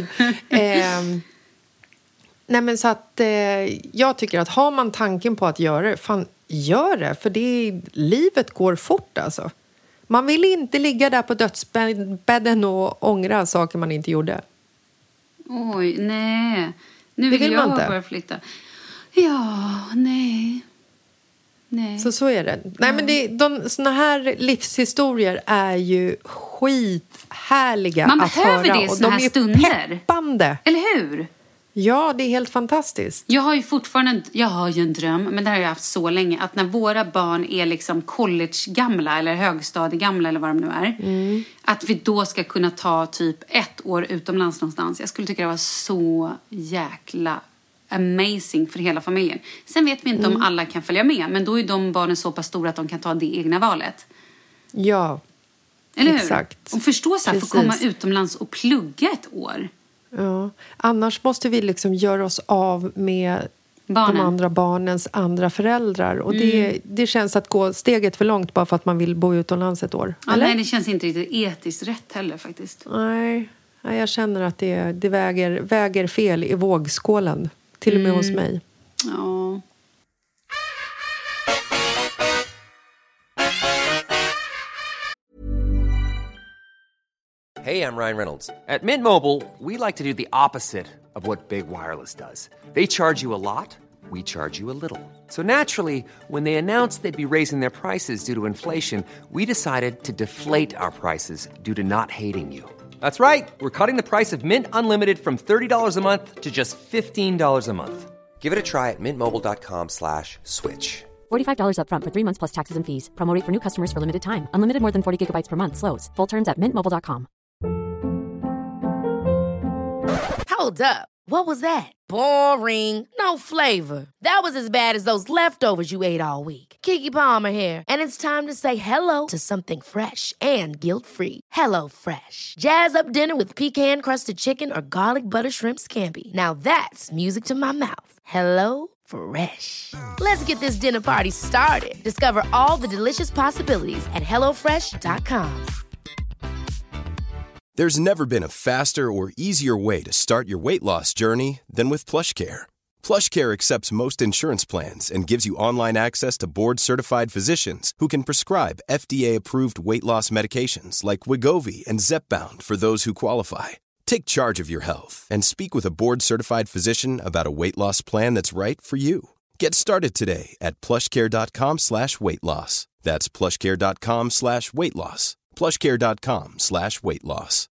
Nej, men så att jag tycker att har man tanken på att göra det, fan, gör det, för livet går fort alltså. Man vill inte ligga där på dödsbädden och ångra saker man inte gjorde. Oj, nej. Nu vill jag bara flytta. Ja, nej. Så är det. Nej, men såna här livshistorier är ju skithärliga man att höra. Man behöver det såna här stunder. Peppande. Eller hur? Ja, det är helt fantastiskt. Jag har ju en dröm, men det har jag haft så länge, att när våra barn är liksom college-gamla eller högstadiegamla eller vad de nu är, att vi då ska kunna ta typ 1 år utomlands någonstans. Jag skulle tycka det var så jäkla amazing för hela familjen. Sen vet vi inte om alla kan följa med, men då är de barnen så pass stora att de kan ta det egna valet. Ja, eller hur? Exakt. Och förstå så här, få komma utomlands och plugga 1 år. Ja, annars måste vi liksom göra oss av med de andra barnens andra föräldrar. Och det känns att gå steget för långt bara för att man vill bo utomlands 1 år. Ja, nej, det känns inte riktigt etiskt rätt heller faktiskt. Nej, jag känner att det väger fel i vågskålen. Till och med hos mig. Ja. Hey, I'm Ryan Reynolds. At Mint Mobile, we like to do the opposite of what Big Wireless does. They charge you a lot, we charge you a little. So naturally, when they announced they'd be raising their prices due to inflation, we decided to deflate our prices due to not hating you. That's right. We're cutting the price of Mint Unlimited from $30 a month to just $15 a month. Give it a try at mintmobile.com/switch. $45 up front for 3 months plus taxes and fees. Promo rate for new customers for limited time. Unlimited more than 40 gigabytes per month. Slows full terms at mintmobile.com. Hold up. What was that? Boring. No flavor. That was as bad as those leftovers you ate all week. Keke Palmer here, and it's time to say hello to something fresh and guilt-free. Hello Fresh. Jazz up dinner with pecan-crusted chicken or garlic butter shrimp scampi. Now that's music to my mouth. Hello Fresh. Let's get this dinner party started. Discover all the delicious possibilities at hellofresh.com. There's never been a faster or easier way to start your weight loss journey than with PlushCare. PlushCare accepts most insurance plans and gives you online access to board-certified physicians who can prescribe FDA-approved weight loss medications like Wegovy and Zepbound for those who qualify. Take charge of your health and speak with a board-certified physician about a weight loss plan that's right for you. Get started today at plushcare.com/weightloss. That's plushcare.com/weightloss. plushcare.com/weightloss.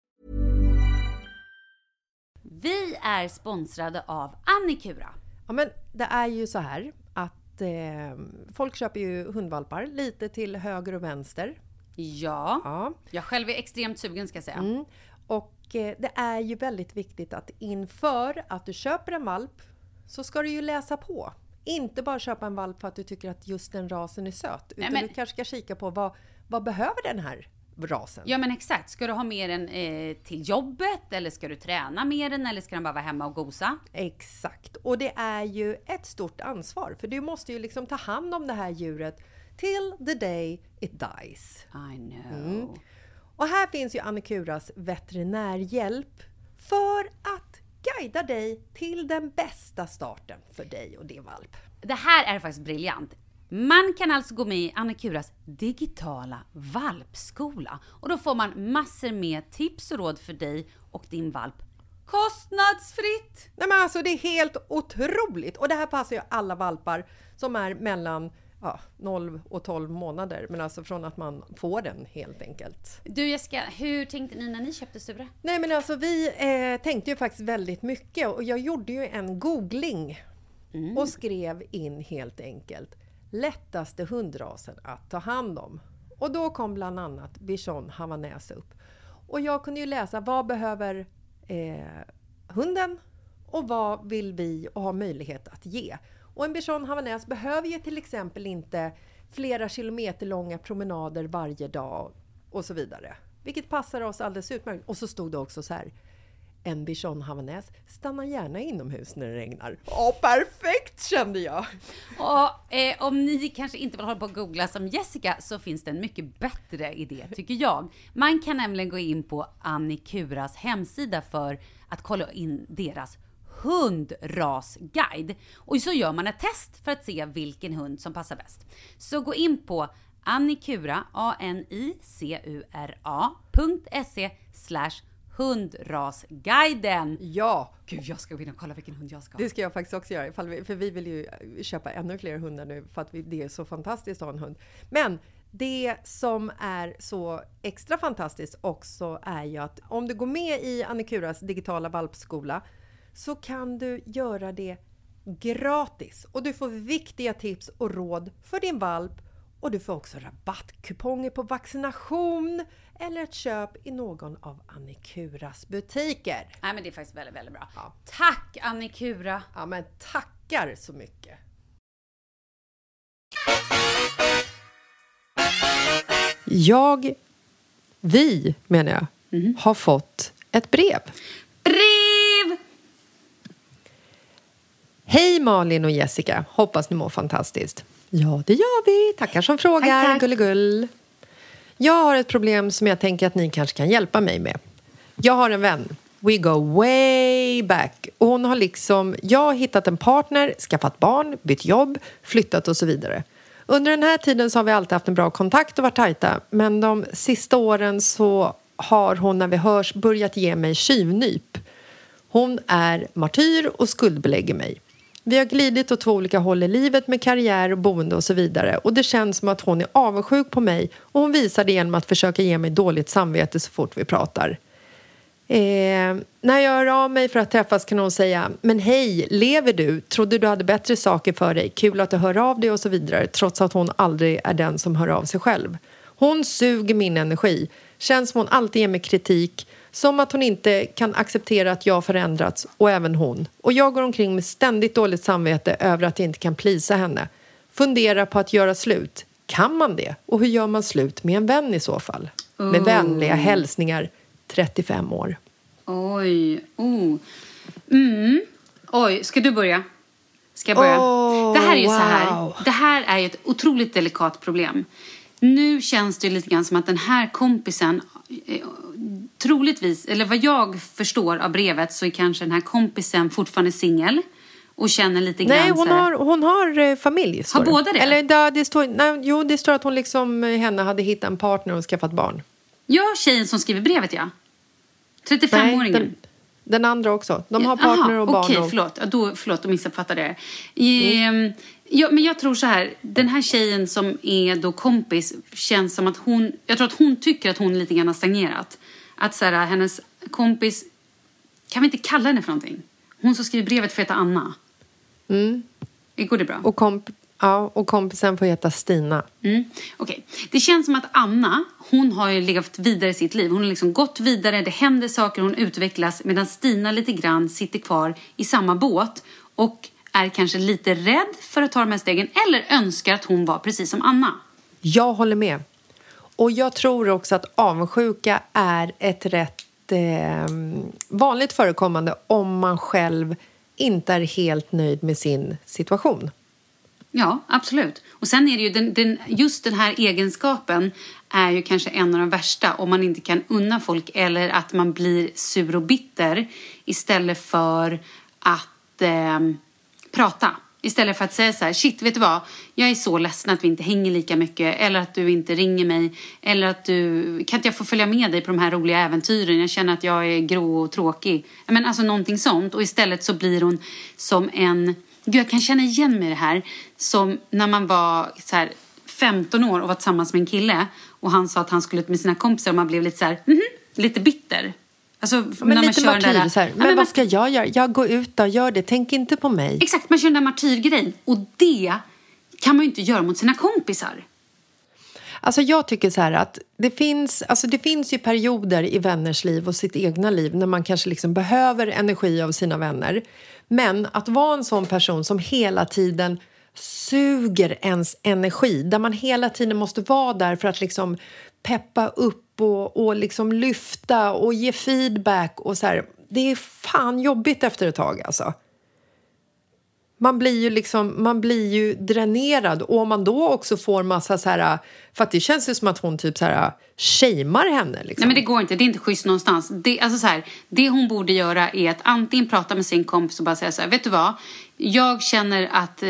Vi är sponsrade av Annikura. Ja, men det är ju så här att folk köper ju hundvalpar lite till höger och vänster. Ja. Jag själv är extremt sugen, ska jag säga. Och det är ju väldigt viktigt att inför att du köper en valp så ska du ju läsa på. Inte bara köpa en valp för att du tycker att just den rasen är söt. Utan du kanske ska kika på vad behöver den här rasen? Ja, men exakt. Ska du ha med den till jobbet? Eller ska du träna med den? Eller ska den bara vara hemma och gosa? Exakt. Och det är ju ett stort ansvar. För du måste ju liksom ta hand om det här djuret till the day it dies. I know. Och här finns ju Annikuras veterinärhjälp för att guida dig till den bästa starten för dig och din valp. Det här är faktiskt briljant. Man kan alltså gå med i Annikuras digitala valpskola. Och då får man massor med tips och råd för dig och din valp. Kostnadsfritt! Nej, men alltså det är helt otroligt. Och det här passar ju alla valpar som är mellan 0 och 12 månader. Men alltså från att man får den helt enkelt. Du Jessica, hur tänkte ni när ni köpte Sura? Nej, men alltså vi tänkte ju faktiskt väldigt mycket. Och jag gjorde ju en googling. Och skrev in helt enkelt lättaste hundrasen att ta hand om. Och då kom bland annat Bichon Havanäs upp. Och jag kunde ju läsa vad behöver hunden och vad vill vi och ha möjlighet att ge. Och en Bichon Havanäs behöver ju till exempel inte flera kilometer långa promenader varje dag och så vidare. Vilket passar oss alldeles utmärkt. Och så stod det också så här: en Bichon Havanäs stannar gärna inomhus när det regnar. Perfekt, kände jag. Och om ni kanske inte vill hålla på att googla som Jessica, så finns det en mycket bättre idé, tycker jag. Man kan nämligen gå in på Annikuras hemsida för att kolla in deras hundrasguide. Och så gör man ett test för att se vilken hund som passar bäst. Så gå in på Annikura, anicura.se/hundrasguiden. Ja. Gud, jag ska gå in och kolla vilken hund jag ska ha. Det ska jag faktiskt också göra. För vi vill ju köpa ännu fler hundar nu. För att det är så fantastiskt att ha en hund. Men det som är så extra fantastiskt också är ju att om du går med i Annikuras digitala valpskola så kan du göra det gratis. Och du får viktiga tips och råd för din valp. Och du får också rabattkuponger på vaccination eller ett köp i någon av Annikuras butiker. Nej, men det är faktiskt väldigt, väldigt bra. Ja. Tack Annikura! Ja, men tackar så mycket. Vi menar jag, har fått ett brev. Brev! Hej Malin och Jessica, hoppas ni mår fantastiskt. Ja, det gör vi. Tackar som frågar. Tack. Gulligull. Jag har ett problem som jag tänker att ni kanske kan hjälpa mig med. Jag har en vän. We go way back. Och hon har jag har hittat en partner, skaffat barn, bytt jobb, flyttat och så vidare. Under den här tiden så har vi alltid haft en bra kontakt och varit tajta. Men de sista åren så har hon, när vi hörs, börjat ge mig tjuvnyp. Hon är martyr och skuldbelägger mig. Vi har glidit åt 2 olika håll i livet med karriär och boende och så vidare. Och det känns som att hon är avundsjuk på mig. Och hon visar det genom att försöka ge mig dåligt samvete så fort vi pratar. När jag hör av mig för att träffas kan hon säga: men hej, lever du? Trodde du hade bättre saker för dig? Kul att du hör av dig och så vidare. Trots att hon aldrig är den som hör av sig själv. Hon suger min energi. Känns som hon alltid ger mig kritik. Som att hon inte kan acceptera att jag förändrats, och även hon. Och jag går omkring med ständigt dåligt samvete över att jag inte kan plisa henne. Fundera på att göra slut. Kan man det? Och hur gör man slut med en vän i så fall? Med vänliga hälsningar, 35 år. Oj, Oj, ska du börja? Ska jag börja? Det här är ju så här. Det här är ju ett otroligt delikat problem. Nu känns det lite grann som att den här kompisen, troligtvis, eller vad jag förstår av brevet, så är kanske den här kompisen fortfarande singel. och känner lite grann. Nej, hon har familj. Har båda det? Eller det står att hon liksom, henne hade hittat en partner och skaffat barn. Ja, tjejen som skriver brevet, ja. 35-åringen. Nej, den andra också. De har partner och barn. Okej, förlåt, då missuppfattade det. Ja, men jag tror så här, den här tjejen som är då kompis känns som att jag tror att hon tycker att hon lite grann har stagnerat. Att så här, hennes kompis, kan vi inte kalla henne för någonting? Hon som skriver brevet får heta Anna. Går det bra? Och kompisen får heta Stina. Okej. Det känns som att Anna, hon har ju levt vidare i sitt liv. Hon har liksom gått vidare, det händer saker, hon utvecklas. Medan Stina lite grann sitter kvar i samma båt och är kanske lite rädd för att ta de här stegen. Eller önskar att hon var precis som Anna. Jag håller med. Och jag tror också att avundsjuka är ett rätt vanligt förekommande om man själv inte är helt nöjd med sin situation. Ja, absolut. Och sen är det ju just den här egenskapen är ju kanske en av de värsta om man inte kan unna folk eller att man blir sur och bitter istället för att prata. Istället för att säga så här, shit, vet du vad? Jag är så ledsen att vi inte hänger lika mycket. Eller att du inte ringer mig. Eller att kan inte jag få följa med dig på de här roliga äventyren? Jag känner att jag är grå och tråkig. Men alltså någonting sånt. Och istället så blir hon som en... Gud, jag kan känna igen mig det här. Som när man var så här 15 år och var tillsammans med en kille. Och han sa att han skulle ut med sina kompisar. Och man blev lite så här, lite bitter. Alltså, men när man lite kör martyr så här. Men vad ska jag göra? Jag går ut och gör det. Tänk inte på mig. Exakt, man kör den där martyrgrejen. Och det kan man ju inte göra mot sina kompisar. Alltså jag tycker så här att det finns ju perioder i vänners liv och sitt egna liv när man kanske liksom behöver energi av sina vänner. Men att vara en sån person som hela tiden suger ens energi. Där man hela tiden måste vara där för att liksom peppa upp och liksom lyfta och ge feedback och så här. Det är fan jobbigt efter ett tag alltså. Man blir ju dränerad och om man då också får massa så här, för att det känns ju som att hon typ så här shamear henne liksom. Nej, men det går inte, det är inte schysst någonstans. Alltså så här, det hon borde göra är att antingen prata med sin kompis och bara säga så här, vet du vad? Jag känner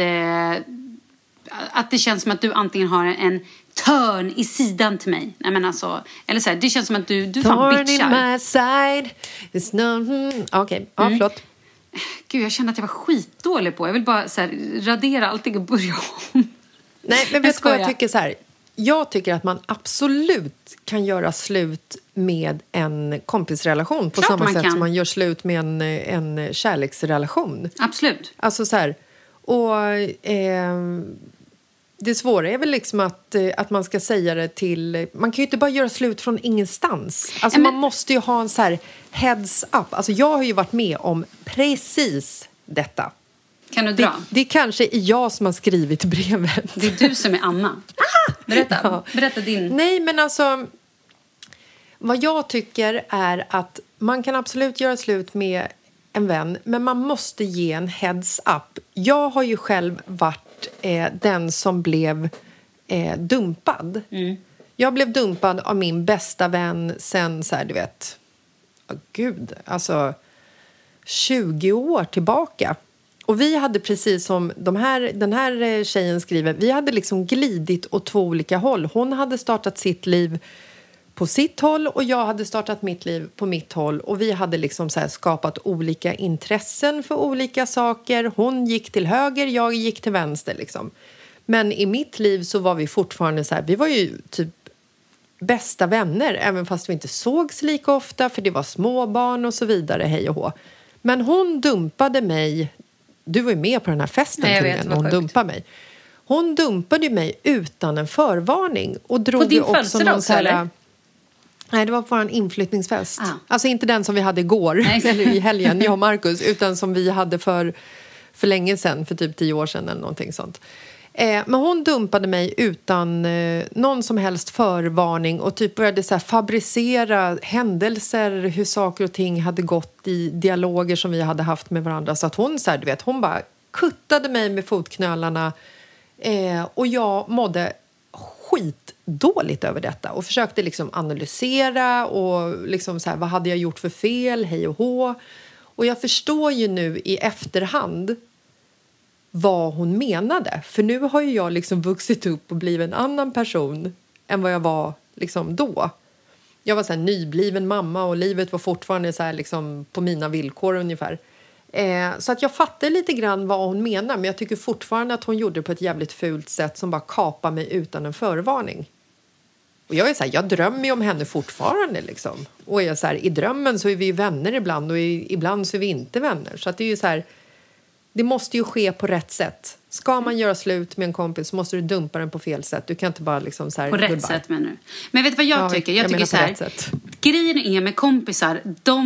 att det känns som att du antingen har en törn i sidan till mig. Nej, men alltså, eller så här, det känns som att du fan bitchar. Törn in my side. Okej, förlåt. Gud, jag kände att jag var skitdålig på. Jag vill bara så här, radera allting och börja om. Nej, men vet du vad jag tycker så här? Jag tycker att man absolut kan göra slut med en kompisrelation på samma sätt som man gör slut med en kärleksrelation. Absolut. Alltså så här, och det svåra är väl liksom att man ska säga det till... Man kan ju inte bara göra slut från ingenstans. Alltså man måste ju ha en så här heads up. Alltså jag har ju varit med om precis detta. Kan du dra? Det kanske är jag som har skrivit brevet. Det är du som är Anna. Berätta din... Nej, men alltså... Vad jag tycker är att man kan absolut göra slut med en vän. Men man måste ge en heads up. Jag har ju själv varit den som blev dumpad. Jag blev dumpad av min bästa vän sen så här, du vet... alltså 20 år tillbaka. Och vi hade precis som den här tjejen skriver, vi hade liksom glidit åt två olika håll. Hon hade startat sitt liv på sitt håll och jag hade startat mitt liv på mitt håll. Och vi hade liksom så här skapat olika intressen för olika saker. Hon gick till höger, jag gick till vänster liksom. Men i mitt liv så var vi fortfarande så här, vi var ju typ bästa vänner, även fast vi inte sågs lika ofta för det var småbarn och så vidare, hej och hå. Men hon dumpade mig. Du var ju med på den här festen. Nej, jag vet, hon dumpade mig. Hon dumpade mig utan en förvarning och drog på din också födelsedag någon så här, eller? Nej, det var på en inflyttningsfest. Alltså inte den som vi hade igår eller i helgen, jag och Marcus, utan som vi hade för länge sedan, för typ 10 år sedan eller någonting sånt. Men hon dumpade mig utan någon som helst förvarning och typ började så här fabricera händelser, hur saker och ting hade gått i dialoger som vi hade haft med varandra. Så att hon så här, du vet, hon bara kuttade mig med fotknölarna och jag mådde skitdåligt över detta och försökte liksom analysera och liksom så här, vad hade jag gjort för fel, hej och hå. Och jag förstår ju nu i efterhand vad hon menade. För nu har ju jag liksom vuxit upp och blivit en annan person än vad jag var liksom då. Jag var så här nybliven mamma och livet var fortfarande så här liksom på mina villkor ungefär. Så att jag fattar lite grann vad hon menar, men jag tycker fortfarande att hon gjorde det på ett jävligt fult sätt som bara kapar mig utan en förvarning. Och jag är så här, jag drömmer ju om henne fortfarande liksom. Och jag så här, i drömmen så är vi ju vänner ibland och ibland så är vi inte vänner. Så att det är ju så här, det måste ju ske på rätt sätt. Ska man göra slut med en kompis så måste du dumpa den på fel sätt. Du kan inte bara liksom så här... På rätt goodbye. sätt menar du? Men vet du vad jag tycker? Jag tycker så här, grejen är med kompisar,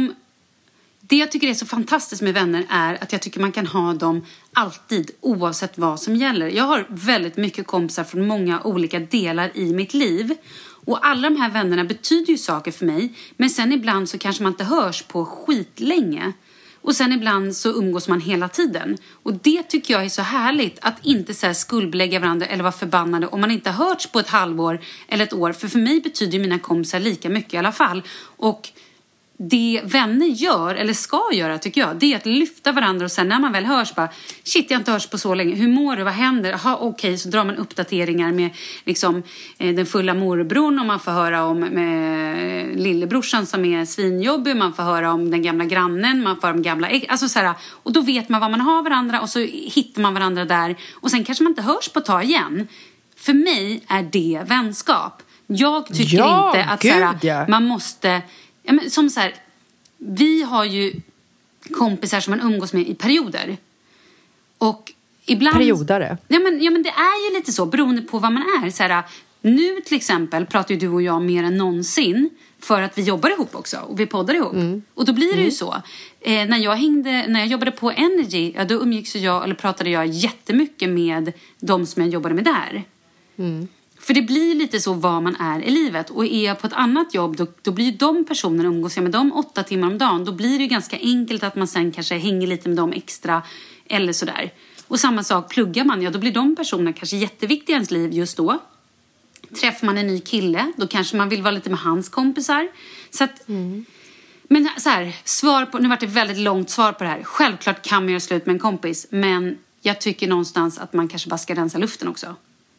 det jag tycker är så fantastiskt med vänner är att jag tycker man kan ha dem alltid oavsett vad som gäller. Jag har väldigt mycket kompisar från många olika delar i mitt liv. Och alla de här vännerna betyder ju saker för mig. Men sen ibland så kanske man inte hörs på skitlänge. Och sen ibland så umgås man hela tiden. Och det tycker jag är så härligt. Att inte så här skuldbelägga varandra eller vara förbannade om man inte har hörts på ett halvår eller ett år. För mig betyder ju mina kompisar lika mycket i alla fall. Och det vänner gör, eller ska göra tycker jag, det är att lyfta varandra och sen när man väl hörs bara, shit jag har inte hörts på så länge, hur mår du, vad händer, okej, så drar man uppdateringar med liksom den fulla morbrorn och man får höra om med lillebrorsan som är svinjobbig, man får höra om den gamla grannen, man får höra om gamla alltså så här, och då vet man vad man har varandra och så hittar man varandra där och sen kanske man inte hörs på ett tag igen. För mig är det vänskap. Jag tycker inte att så här, man måste... Ja, men som så här, vi har ju kompisar som man umgås med i perioder. Och ibland... Periodare? Ja, men det är ju lite så, beroende på vad man är. Så här, nu till exempel pratar ju du och jag mer än någonsin för att vi jobbar ihop också. Och vi poddar ihop. Och då blir det ju så. När jag jobbade på Energy, ja, då umgicks jag, eller pratade jag jättemycket med de som jag jobbade med där. För det blir lite så vad man är i livet. Och är jag på ett annat jobb, då blir ju de personerna, umgås jag med dem 8 timmar om dagen. Då blir det ju ganska enkelt att man sen kanske hänger lite med dem extra eller sådär. Och samma sak, pluggar man, ja då blir de personerna kanske jätteviktiga i ens liv just då. Träffar man en ny kille, då kanske man vill vara lite med hans kompisar. Så att... Men så här, nu var det ett väldigt långt svar på det här. Självklart kan man göra slut med en kompis. Men jag tycker någonstans att man kanske bara ska rensa luften också.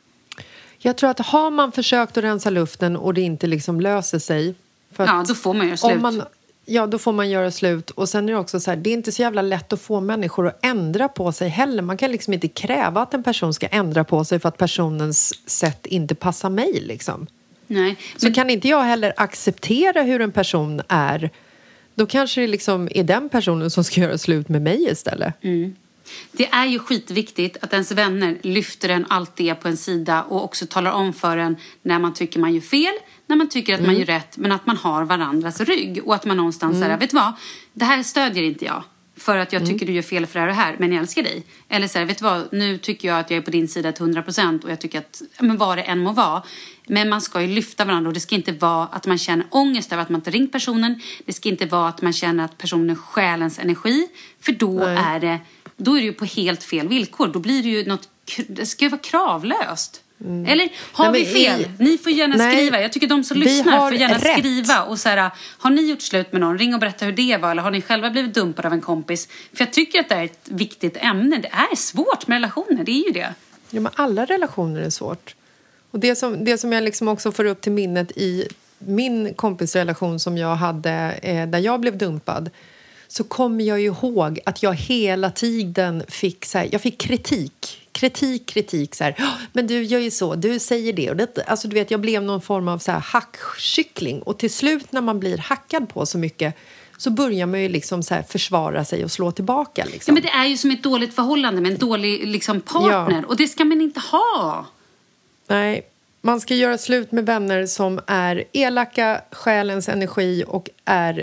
Jag tror att har man försökt att rensa luften och det inte liksom löser sig... För då får man göra slut. Då får man göra slut. Och sen är det också så här, det är inte så jävla lätt att få människor att ändra på sig heller. Man kan liksom inte kräva att en person ska ändra på sig för att personens sätt inte passar mig liksom. Nej. Så kan inte jag heller acceptera hur en person är, då kanske det liksom är den personen som ska göra slut med mig istället. Det är ju skitviktigt att ens vänner lyfter en alltid på en sida och också talar om för en när man tycker man gör fel, när man tycker att man gör rätt, men att man har varandras rygg och att man någonstans säger, vet du vad, det här stödjer inte jag för att jag tycker du gör fel för det här, men jag älskar dig. Eller så här, vet du vad, nu tycker jag att jag är på din sida till 100% och jag tycker att, men vad det än må vara. Men man ska ju lyfta varandra och det ska inte vara att man känner ångest över att man inte ringt personen. Det ska inte vara att man känner att personen stjäl ens energi, för då är det ju på helt fel villkor. Då blir det ju något, det ska ju vara kravlöst. Eller har vi fel? Ni får gärna skriva. Jag tycker de som lyssnar får gärna skriva. Och så här, har ni gjort slut med någon? Ring och berätta hur det var. Eller har ni själva blivit dumpade av en kompis? För jag tycker att det är ett viktigt ämne. Det är svårt med relationer, det är ju det. Ja, men alla relationer är svårt. Och det som jag liksom också får upp till minnet i min kompisrelation som jag hade där jag blev dumpad, så kommer jag ju ihåg att jag hela tiden fick så här, jag fick kritik så här, men du gör ju så, du säger det och det, alltså du vet, jag blev någon form av så här hackkyckling, och till slut när man blir hackad på så mycket så börjar man ju liksom så här försvara sig och slå tillbaka liksom. Ja, men det är ju som ett dåligt förhållande med en dålig liksom partner, och det ska man inte ha. Nej, man ska göra slut med vänner som är elaka, själens energi och är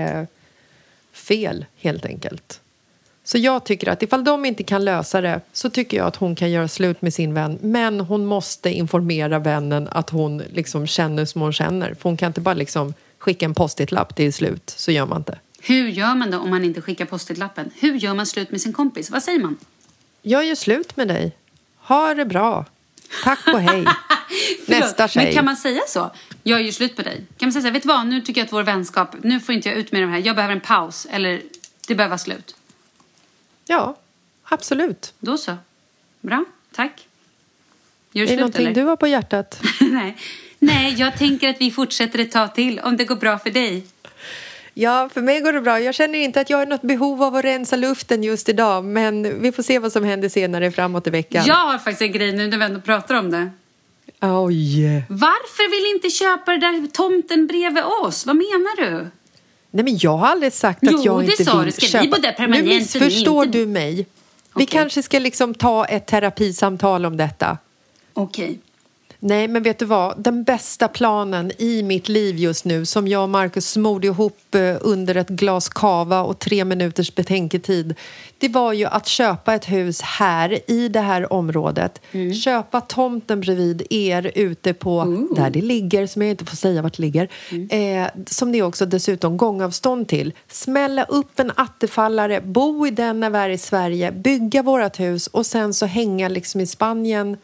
fel helt enkelt. Så jag tycker att ifall de inte kan lösa det, så tycker jag att hon kan göra slut med sin vän. Men hon måste informera vännen att hon liksom känner som hon känner. För hon kan inte bara liksom skicka en post-it-lapp till slut. Så gör man inte. Hur gör man då om man inte skickar post-it-lappen? Hur gör man slut med sin kompis? Vad säger man? Jag gör slut med dig. Ha det bra. Tack och hej. Nästa tjej. Men kan man säga så? Jag gör slut med dig. Kan man säga så här, vet du vad? Nu tycker jag att vår vänskap, nu får inte jag ut med det här. Jag behöver en paus. Eller det behöver vara slut. Ja, absolut. Då så. Bra, tack. Gör är det någonting eller? Du har på hjärtat? Nej, jag tänker att vi fortsätter ett tag till om det går bra för dig. Ja, för mig går det bra. Jag känner inte att jag har något behov av att rensa luften just idag. Men vi får se vad som händer senare framåt i veckan. Jag har faktiskt en grej nu när vi ändå pratar om det. Oj. Varför vill inte köpa det där tomten bredvid oss? Vad menar du? Nej, men jag har aldrig sagt att jag inte vill köpa. Jo, det sa du. Ska vi bo där permanent? Nu missförstår du mig. Vi kanske ska liksom ta ett terapisamtal om detta. Okej. Nej, men vet du vad? Den bästa planen i mitt liv just nu som jag och Marcus smorde ihop under ett glas kava och 3 minuters betänketid, det var ju att köpa ett hus här i det här området. Köpa tomten bredvid er ute på där det ligger, som jag inte får säga vart det ligger. Som det är också dessutom gångavstånd till. Smälla upp en attefallare, bo i den när vi är i Sverige, bygga vårat hus och sen så hänga liksom i Spanien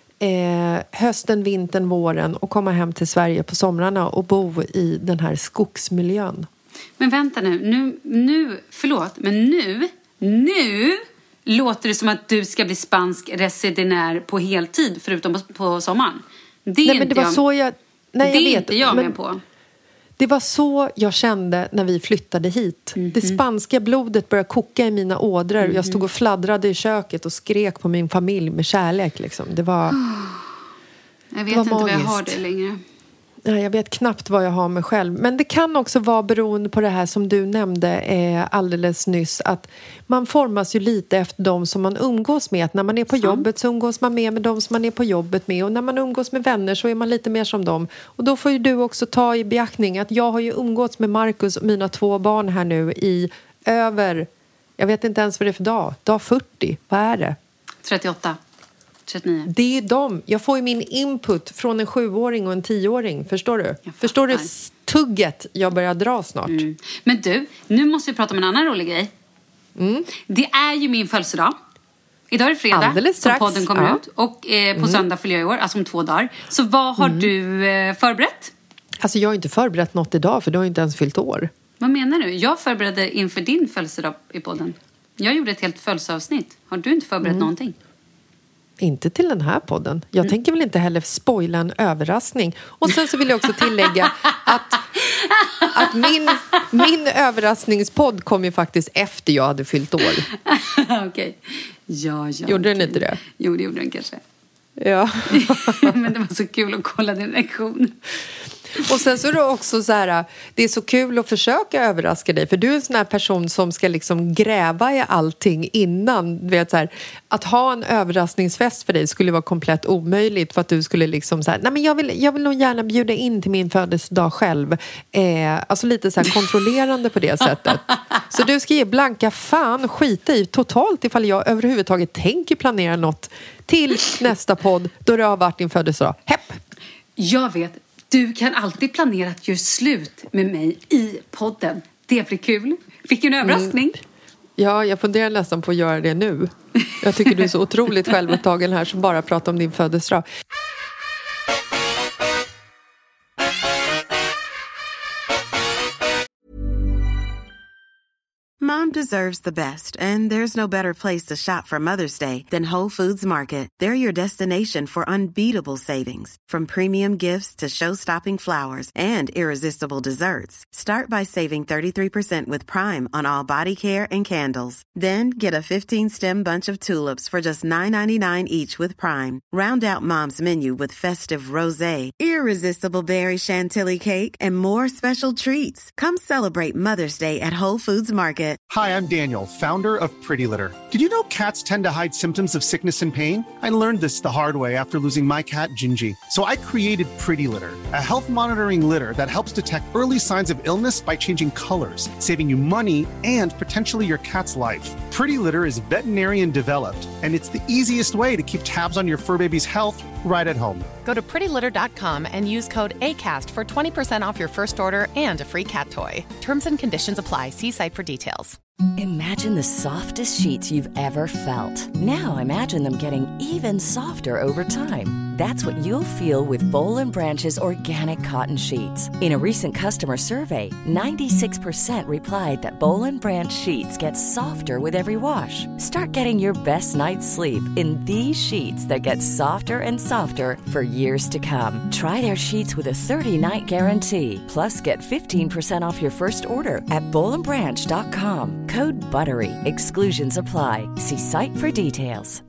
hösten, vintern, våren och komma hem till Sverige på somrarna och bo i den här skogsmiljön. Men vänta nu förlåt, men nu låter det som att du ska bli spansk residinär på heltid förutom på sommaren. Det är inte jag med på. Det var så jag kände när vi flyttade hit. Det spanska blodet började koka i mina ådror. Jag stod och fladdrade i köket och skrek på min familj med kärlek. Liksom. Det var jag vet inte vad jag har det längre. Nej, jag vet knappt vad jag har mig själv. Men det kan också vara beroende på det här som du nämnde alldeles nyss. Att man formas ju lite efter de som man umgås med. Att när man är på jobbet så umgås man med de som man är på jobbet med. Och när man umgås med vänner så är man lite mer som dem. Och då får ju du också ta i beaktning att jag har ju umgås med Marcus och mina 2 barn här nu i över, jag vet inte ens vad det är för dag. Dag 40, vad är det? 38. 39. Det är dem. Jag får ju min input från en 7-åring och en 10-åring. Förstår du? Förstår du tugget jag börjar dra snart? Men du, nu måste vi prata om en annan rolig grej. Det är ju min födelsedag. Idag är det fredag. Alldeles strax. Som podden kommer ut. Och på söndag fyller jag i år, alltså om 2 dagar. Så vad har du förberett? Alltså jag har inte förberett något idag för du har inte ens fyllt år. Vad menar du? Jag förberedde inför din födelsedag i podden. Jag gjorde ett helt födelseavsnitt. Har du inte förberett någonting? Inte till den här podden. Jag tänker väl inte heller spoila en överraskning. Och sen så vill jag också tillägga att min överraskningspodd kom ju faktiskt efter jag hade fyllt år. Okej. Ja. Gjorde den inte det? Jo, det gjorde den kanske. Ja. Men det var så kul att kolla din reaktion. Och sen så är det också så här, det är så kul att försöka överraska dig. För du är en sån här person som ska liksom gräva i allting innan. Du vet, så här, att ha en överraskningsfest för dig skulle vara komplett omöjligt. För att du skulle liksom så här, nej men jag vill nog gärna bjuda in till min födelsedag själv. Alltså lite så här kontrollerande på det sättet. Så du ska ge blanka fan skita i totalt ifall jag överhuvudtaget tänker planera något till nästa podd då det har varit din födelsedag. Hepp! Jag vet. Du kan alltid planera att göra slut med mig i podden. Det blir kul. Fick en överraskning. Ja, jag funderar nästan på att göra det nu. Jag tycker du är så otroligt självupptagen här som bara pratar om din födelsedag. Mom deserves the best, and there's no better place to shop for Mother's Day than Whole Foods Market. They're your destination for unbeatable savings, from premium gifts to show-stopping flowers and irresistible desserts. Start by saving 33% with Prime on all body care and candles. Then get a 15-stem bunch of tulips for just $9.99 each with Prime. Round out Mom's menu with festive rosé, irresistible berry chantilly cake, and more special treats. Come celebrate Mother's Day at Whole Foods Market. Hi, I'm Daniel, founder of Pretty Litter. Did you know cats tend to hide symptoms of sickness and pain? I learned this the hard way after losing my cat, Gingy. So I created Pretty Litter, a health monitoring litter that helps detect early signs of illness by changing colors, saving you money and potentially your cat's life. Pretty Litter is veterinarian developed, and it's the easiest way to keep tabs on your fur baby's health right at home. Go to prettylitter.com and use code ACAST for 20% off your first order and a free cat toy. Terms and conditions apply. See site for details. Imagine the softest sheets you've ever felt. Now imagine them getting even softer over time. That's what you'll feel with Boll & Branch's organic cotton sheets. In a recent customer survey, 96% replied that Boll & Branch sheets get softer with every wash. Start getting your best night's sleep in these sheets that get softer and softer for years to come. Try their sheets with a 30-night guarantee. Plus, get 15% off your first order at bollandbranch.com. Code BUTTERY. Exclusions apply. See site for details.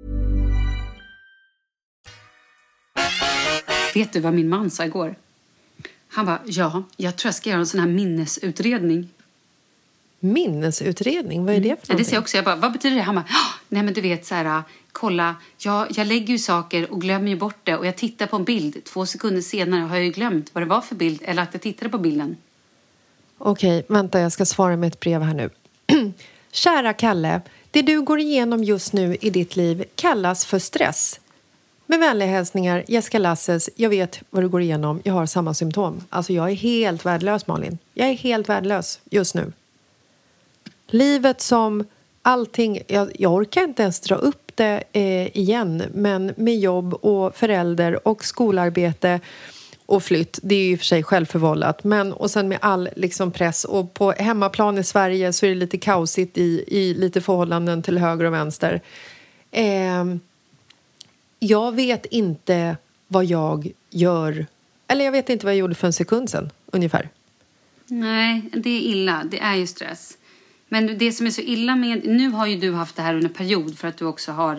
Vet du vad min man sa igår? Han bara, ja, jag tror jag ska göra en sån här minnesutredning. Minnesutredning? Vad är det för någonting? Det säger jag också. Jag bara, vad betyder det? Han bara, nej men du vet så här, kolla, jag lägger ju saker och glömmer ju bort det. Och jag tittar på en bild, 2 sekunder senare har jag ju glömt vad det var för bild. Eller att jag tittade på bilden. Okej, vänta, jag ska svara med ett brev här nu. Kära Kalle, det du går igenom just nu i ditt liv kallas för stress. Med vänliga hälsningar, Jessica Lasses. Jag vet vad du går igenom. Jag har samma symptom. Alltså jag är helt värdelös, Malin. Jag är helt värdelös just nu. Livet som allting... Jag orkar inte ens dra upp det igen. Men med jobb och förälder och skolarbete och flytt. Det är ju för sig självförvållat. Men, och sen med all liksom press. Och på hemmaplan i Sverige så är det lite kaosigt i lite förhållanden till höger och vänster. Jag vet inte vad jag gör. Eller jag vet inte vad jag gjorde för en sekund sedan, ungefär. Nej, det är illa. Det är ju stress. Men det som är så illa med... Nu har ju du haft det här under en period för att du också har...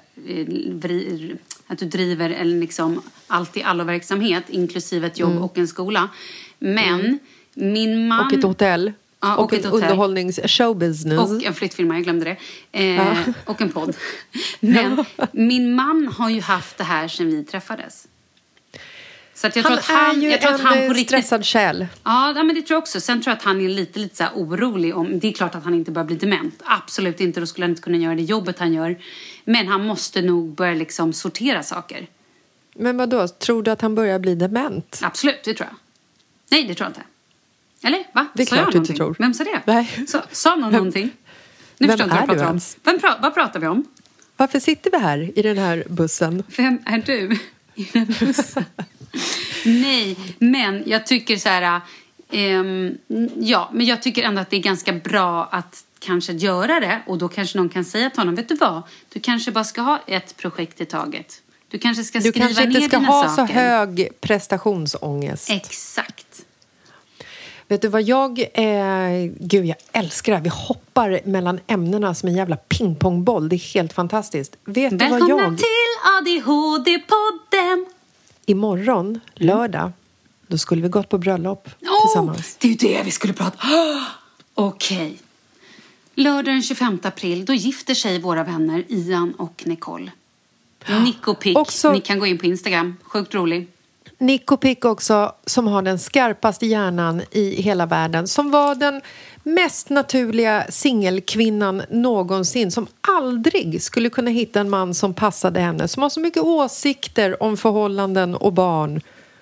att du driver eller liksom allt i allo-verksamhet, inklusive ett jobb och en skola. Men min man... Och ett hotell. Ja, och en underhållnings-showbusiness. Och en flyttfilm, jag glömde det. Och en podd. Men min man har ju haft det här sedan vi träffades. Så att jag tror att han är ju en stressad själ. Ja, men det tror jag också. Sen tror jag att han är lite så här orolig om... Det är klart att han inte börjar bli dement. Absolut inte, då skulle han inte kunna göra det jobbet han gör. Men han måste nog börja liksom sortera saker. Men vadå? Tror du att han börjar bli dement? Absolut, det tror jag. Nej, det tror jag inte. Eller? Va? Det är klart du inte tror. Vem sa det? Nej. Sa någon någonting? Nu förstår jag inte vad jag pratar om. Vad pratar vi om? Varför sitter vi här i den här bussen? Vem är du i den bussen? Nej, men jag tycker så här... men jag tycker ändå att det är ganska bra att kanske göra det. Och då kanske någon kan säga till honom, vet du vad? Du kanske bara ska ha ett projekt i taget. Du kanske ska skriva ner dina saker. Du kanske inte ska ha så hög prestationsångest. Exakt. Vet du vad Gud, jag älskar det här. Vi hoppar mellan ämnena som en jävla pingpongboll. Det är helt fantastiskt. Välkomna till ADHD-podden. Imorgon, lördag, då skulle vi gått på bröllop tillsammans. Det är ju det vi skulle prata om. Okej. Lördag den 25 april, då gifter sig våra vänner Ian och Nicole. Nico Pick, ni kan gå in på Instagram. Sjukt rolig. Nico Pick också, som har den skarpaste hjärnan i hela världen. Som var den mest naturliga singelkvinnan någonsin. Som aldrig skulle kunna hitta en man som passade henne. Som har så mycket åsikter om förhållanden och barn.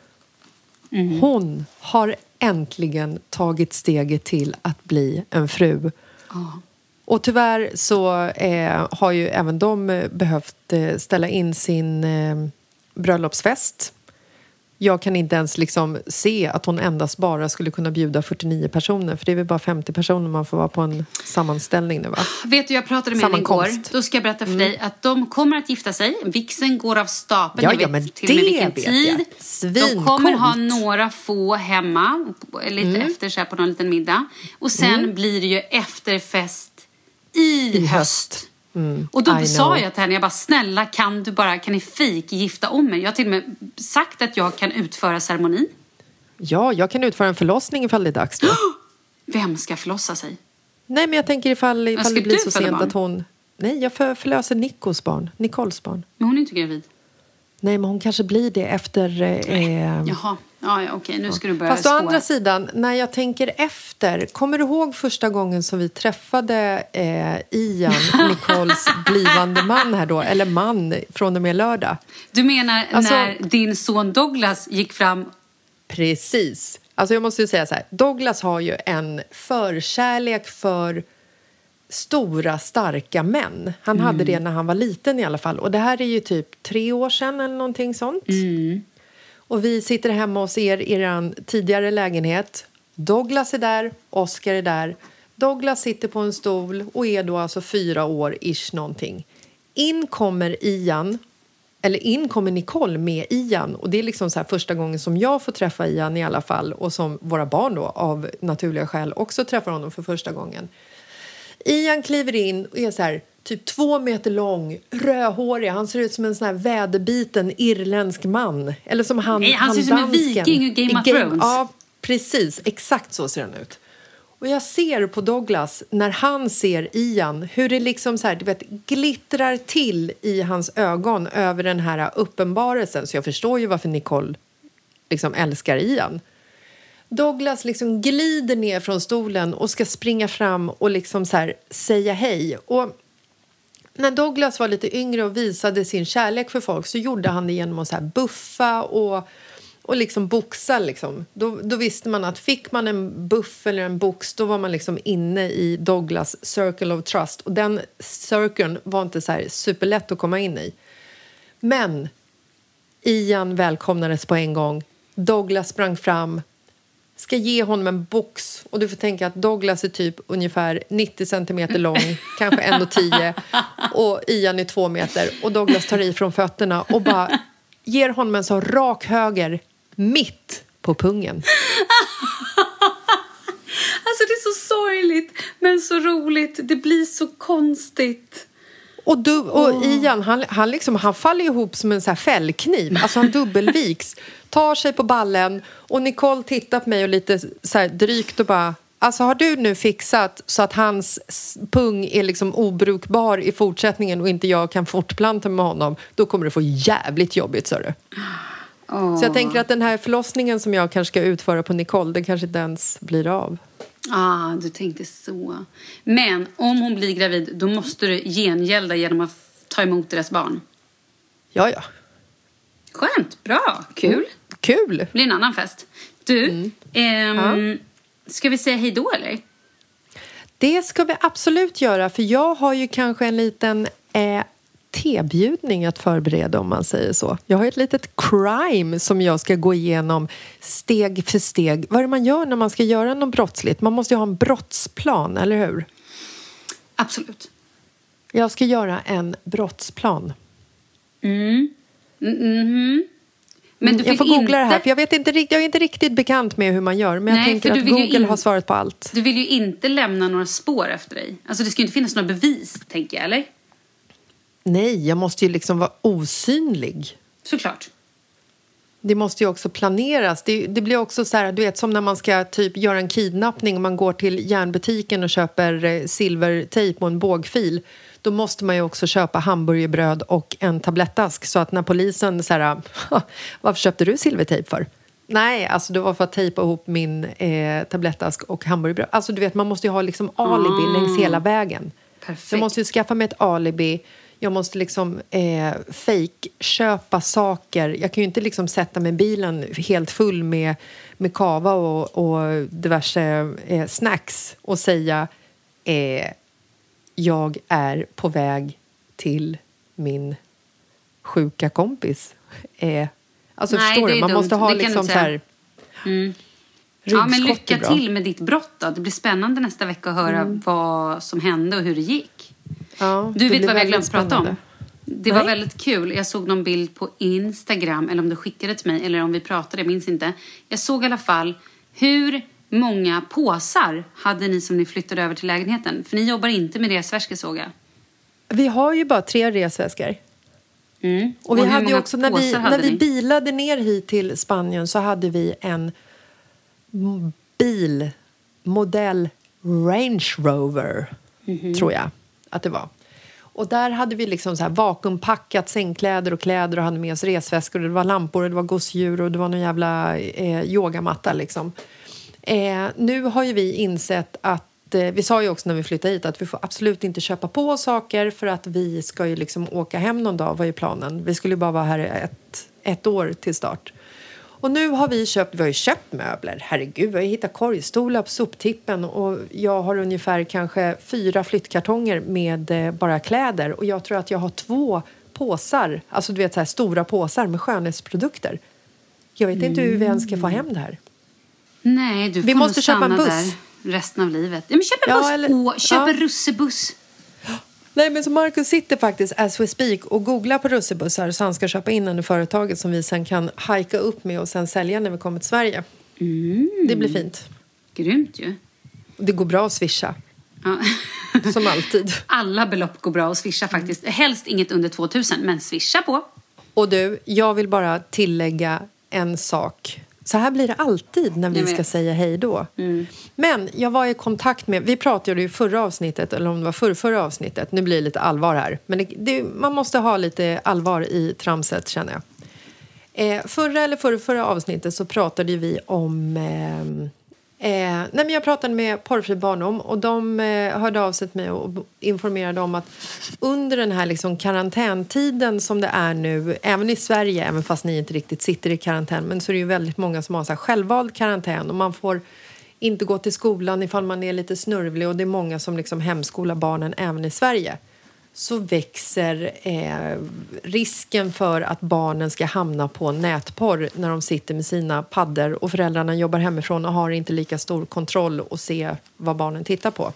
Hon har äntligen tagit steget till att bli en fru. Och tyvärr så har ju även de behövt ställa in sin bröllopsfest. Jag kan inte ens liksom se att hon endast bara skulle kunna bjuda 49 personer. För det är väl bara 50 personer man får vara på en sammanställning nu, va? Vet du, jag pratade med henne igår. Då ska jag berätta för dig att de kommer att gifta sig. Vixen går av stapeln. Ja, men till det vilken tid. De kommer ha några få hemma. Lite efter så här på någon liten middag. Och sen blir det ju efterfest i höst. Och då sa jag till henne, jag bara, snälla kan ni fake gifta om mig? Jag har till och med sagt att jag kan utföra ceremonin. Ja, jag kan utföra en förlossning ifall det är dags då. Vem ska förlossa sig? Nej, men jag tänker ifall det blir så sent att hon... Nej, jag förlöser Nicoles barn. Men hon är inte gravid. Nej, men hon kanske blir det efter... Jaha, ja, okej, nu ska du börja Fast å andra sidan, när jag tänker efter... Kommer du ihåg första gången som vi träffade Ian, Nicoles blivande man här då? Eller man från och med lördag? Du menar när din son Douglas gick fram? Precis. Alltså jag måste ju säga så här. Douglas har ju en förkärlek för stora, starka män. Han hade det när han var liten i alla fall. Och det här är ju typ 3 år sedan eller någonting sånt. Och vi sitter hemma hos er i er tidigare lägenhet. Douglas är där, Oscar är där. Douglas sitter på en stol och är då alltså 4 år ish någonting. In kommer Nicole med Ian. Och det är liksom så här första gången som jag får träffa Ian i alla fall. Och som våra barn då av naturliga skäl också träffar honom för första gången. Ian kliver in och är så här typ 2 meter lång, rödhårig. Han ser ut som en sån här väderbiten irländsk man. Eller som han ser ut som en viking i Game of Thrones. Ja, precis. Exakt så ser han ut. Och jag ser på Douglas när han ser Ian hur det liksom så här, du vet, glittrar till i hans ögon över den här uppenbarelsen. Så jag förstår ju varför Nicole liksom älskar Ian. Douglas liksom glider ner från stolen och ska springa fram och liksom så här säga hej. Och när Douglas var lite yngre och visade sin kärlek för folk så gjorde han det genom att så här buffa och liksom boxa liksom. Då visste man att fick man en buff eller en box då var man liksom inne i Douglas circle of trust. Och den cirkeln var inte så här superlätt att komma in i. Men Ian välkomnades på en gång. Douglas sprang fram. Ska ge honom en box. Och du får tänka att Douglas är typ ungefär 90 centimeter lång. Kanske 1,10. Och Ian är 2 meter. Och Douglas tar i från fötterna och bara ger honom en så rak höger mitt på pungen. Alltså det är så sorgligt men så roligt. Det blir så konstigt. Och Ian, han faller ihop som en så här fällkniv. Alltså han dubbelviks. Tar sig på ballen. Och Nicole tittar på mig och lite så här drygt och bara... Alltså har du nu fixat så att hans pung är liksom obrukbar i fortsättningen och inte jag kan fortplanta med honom, då kommer du få jävligt jobbigt, sa du. Så jag tänker att den här förlossningen som jag kanske ska utföra på Nicole, den kanske inte ens blir av. Du tänkte så. Men om hon blir gravid, då måste du gengälda genom att ta emot deras barn. Ja. Skönt, bra, kul. Kul. Det blir en annan fest. Du, ska vi säga hej då eller? Det ska vi absolut göra, för jag har ju kanske en liten tebjudning att förbereda, om man säger så. Jag har ett litet crime som jag ska gå igenom steg för steg. Vad är det man gör när man ska göra något brottsligt? Man måste ju ha en brottsplan, eller hur? Absolut. Jag ska göra en brottsplan. Men du jag får googla det här, för jag är inte riktigt bekant med hur man gör. Men jag tänker att Google har svaret på allt. Du vill ju inte lämna några spår efter dig. Alltså det ska ju inte finnas några bevis, tänker jag, eller? Nej, jag måste ju liksom vara osynlig. Såklart. Det måste ju också planeras. Det blir också så här, du vet, som när man ska typ göra en kidnappning och man går till järnbutiken och köper silvertejp och en bågfil. Då måste man ju också köpa hamburgerbröd och en tablettask. Så att när polisen så här, varför köpte du silvertejp för? Nej, alltså det var för att tejpa ihop min tablettask och hamburgerbröd. Alltså du vet, man måste ju ha liksom alibi längs hela vägen. Perfekt. Jag måste ju skaffa mig ett alibi. Jag måste liksom köpa saker. Jag kan ju inte liksom sätta mig i bilen helt full med kava och diverse snacks och säga jag är på väg till min sjuka kompis. Alltså nej, förstår du? Man måste ha liksom så här... Ja, men lycka till med ditt brott då. Det blir spännande nästa vecka att höra vad som hände och hur det gick. Ja, du vet vad vi har glömt prata om? Det Nej. var väldigt kul. Jag såg någon bild på Instagram, eller om du skickade till mig, eller om vi pratade, jag minns inte. Jag såg i alla fall hur många påsar hade ni som ni flyttade över till lägenheten. För ni jobbar inte med resväskor, såg jag. Vi har ju bara 3 resväskor. Och vi hade ju också, när vi bilade ner hit till Spanien så hade vi en bilmodell Range Rover, tror jag att det var. Och där hade vi liksom så här vakuumpackat sängkläder och kläder och hade med oss resväskor. Och det var lampor och det var gosedjur och det var någon jävla yogamatta liksom. Nu har ju vi insett att vi sa ju också när vi flyttade hit att vi får absolut inte köpa på saker för att vi ska ju liksom åka hem någon dag, var ju planen. Vi skulle ju bara vara här ett år till start. Och nu har vi har ju köpt möbler. Herregud, vi har hittat korgstolar på soptippen. Och jag har ungefär kanske 4 flyttkartonger med bara kläder. Och jag tror att jag har 2 påsar. Alltså du vet så här stora påsar med skönhetsprodukter. Jag vet inte hur vi ens ska få hem det här. Nej, du får vi måste köpa en buss. Där resten av livet. Ja, men köp en buss. Köp en russebuss. Nej, men så Marcus sitter faktiskt as we speak och googlar på russebussar så han ska köpa in den i företaget som vi sen kan hajka upp med och sen sälja när vi kommer till Sverige. Det blir fint. Grymt ju. Det går bra att swisha. Ja. Som alltid. Alla belopp går bra att swisha faktiskt. Helst inget under 2000, men swisha på. Och du, jag vill bara tillägga en sak. Så här blir det alltid när vi ska säga hej då. Men jag var i kontakt med... Vi pratade ju i förra avsnittet, eller om det var förra avsnittet. Nu blir det lite allvar här. Men man måste ha lite allvar i tramset, känner jag. Förra avsnittet så pratade vi om... jag pratade med Porrfri barndom och de hörde av sig till mig och informerade om att under den här liksom karantäntiden som det är nu, även i Sverige, även fast ni inte riktigt sitter i karantän, men så är det ju väldigt många som har så här självvald karantän och man får inte gå till skolan ifall man är lite snurvlig och det är många som liksom hemskolar barnen även i Sverige. Så växer risken för att barnen ska hamna på nätporr när de sitter med sina paddor och föräldrarna jobbar hemifrån och har inte lika stor kontroll och se vad barnen tittar på.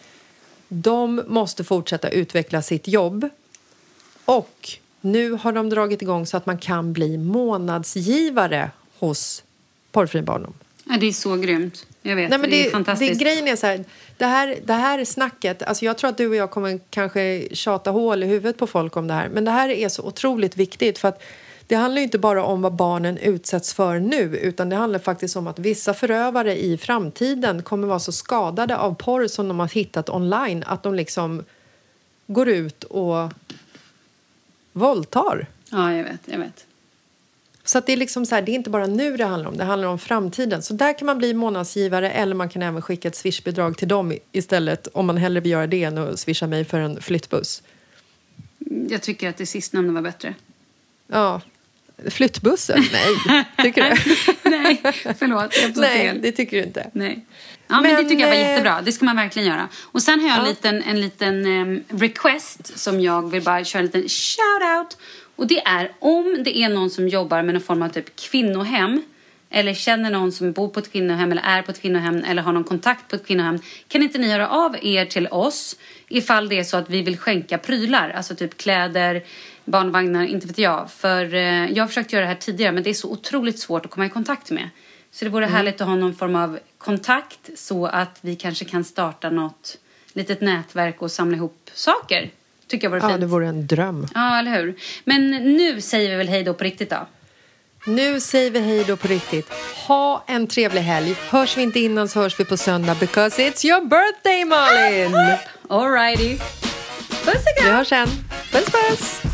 De måste fortsätta utveckla sitt jobb och nu har de dragit igång så att man kan bli månadsgivare hos Porrfri barndom. Ja, det är så grymt. Jag vet, det är fantastiskt. Grejen är så här, det här snacket, alltså jag tror att du och jag kommer kanske tjata hål i huvudet på folk om det här. Men det här är så otroligt viktigt för att det handlar ju inte bara om vad barnen utsätts för nu. Utan det handlar faktiskt om att vissa förövare i framtiden kommer vara så skadade av porr som de har hittat online. Att de liksom går ut och våldtar. Ja, jag vet. Så att det är liksom så här, det är inte bara nu det handlar om framtiden. Så där kan man bli månadsgivare eller man kan även skicka ett swishbidrag till dem istället om man hellre vill göra det än att swisha mig för en flyttbuss. Jag tycker att det sistnämnda var bättre. Ja, flyttbussen? Nej, tycker du? Nej, förlåt. Nej, det tycker du inte. Nej. Ja, men det tycker jag var jättebra. Det ska man verkligen göra. Och sen har jag en liten request som jag vill bara köra en liten shout-out. Och det är om det är någon som jobbar med någon form av typ kvinnohem eller känner någon som bor på ett kvinnohem eller är på ett kvinnohem eller har någon kontakt på ett kvinnohem, kan inte ni höra av er till oss ifall det är så att vi vill skänka prylar, alltså typ kläder, barnvagnar, inte vet jag. För jag har försökt göra det här tidigare men det är så otroligt svårt att komma i kontakt med. Så det vore härligt att ha någon form av kontakt så att vi kanske kan starta något litet nätverk och samla ihop saker. Tycker jag vore fint. Ja, det vore en dröm. Ja, eller hur? Men nu säger vi väl hej då på riktigt då? Nu säger vi hej då på riktigt. Ha en trevlig helg. Hörs vi inte innan så hörs vi på söndag because it's your birthday, Malin! Alrighty. Puss och kram! Vi hörs sen. Puss, puss!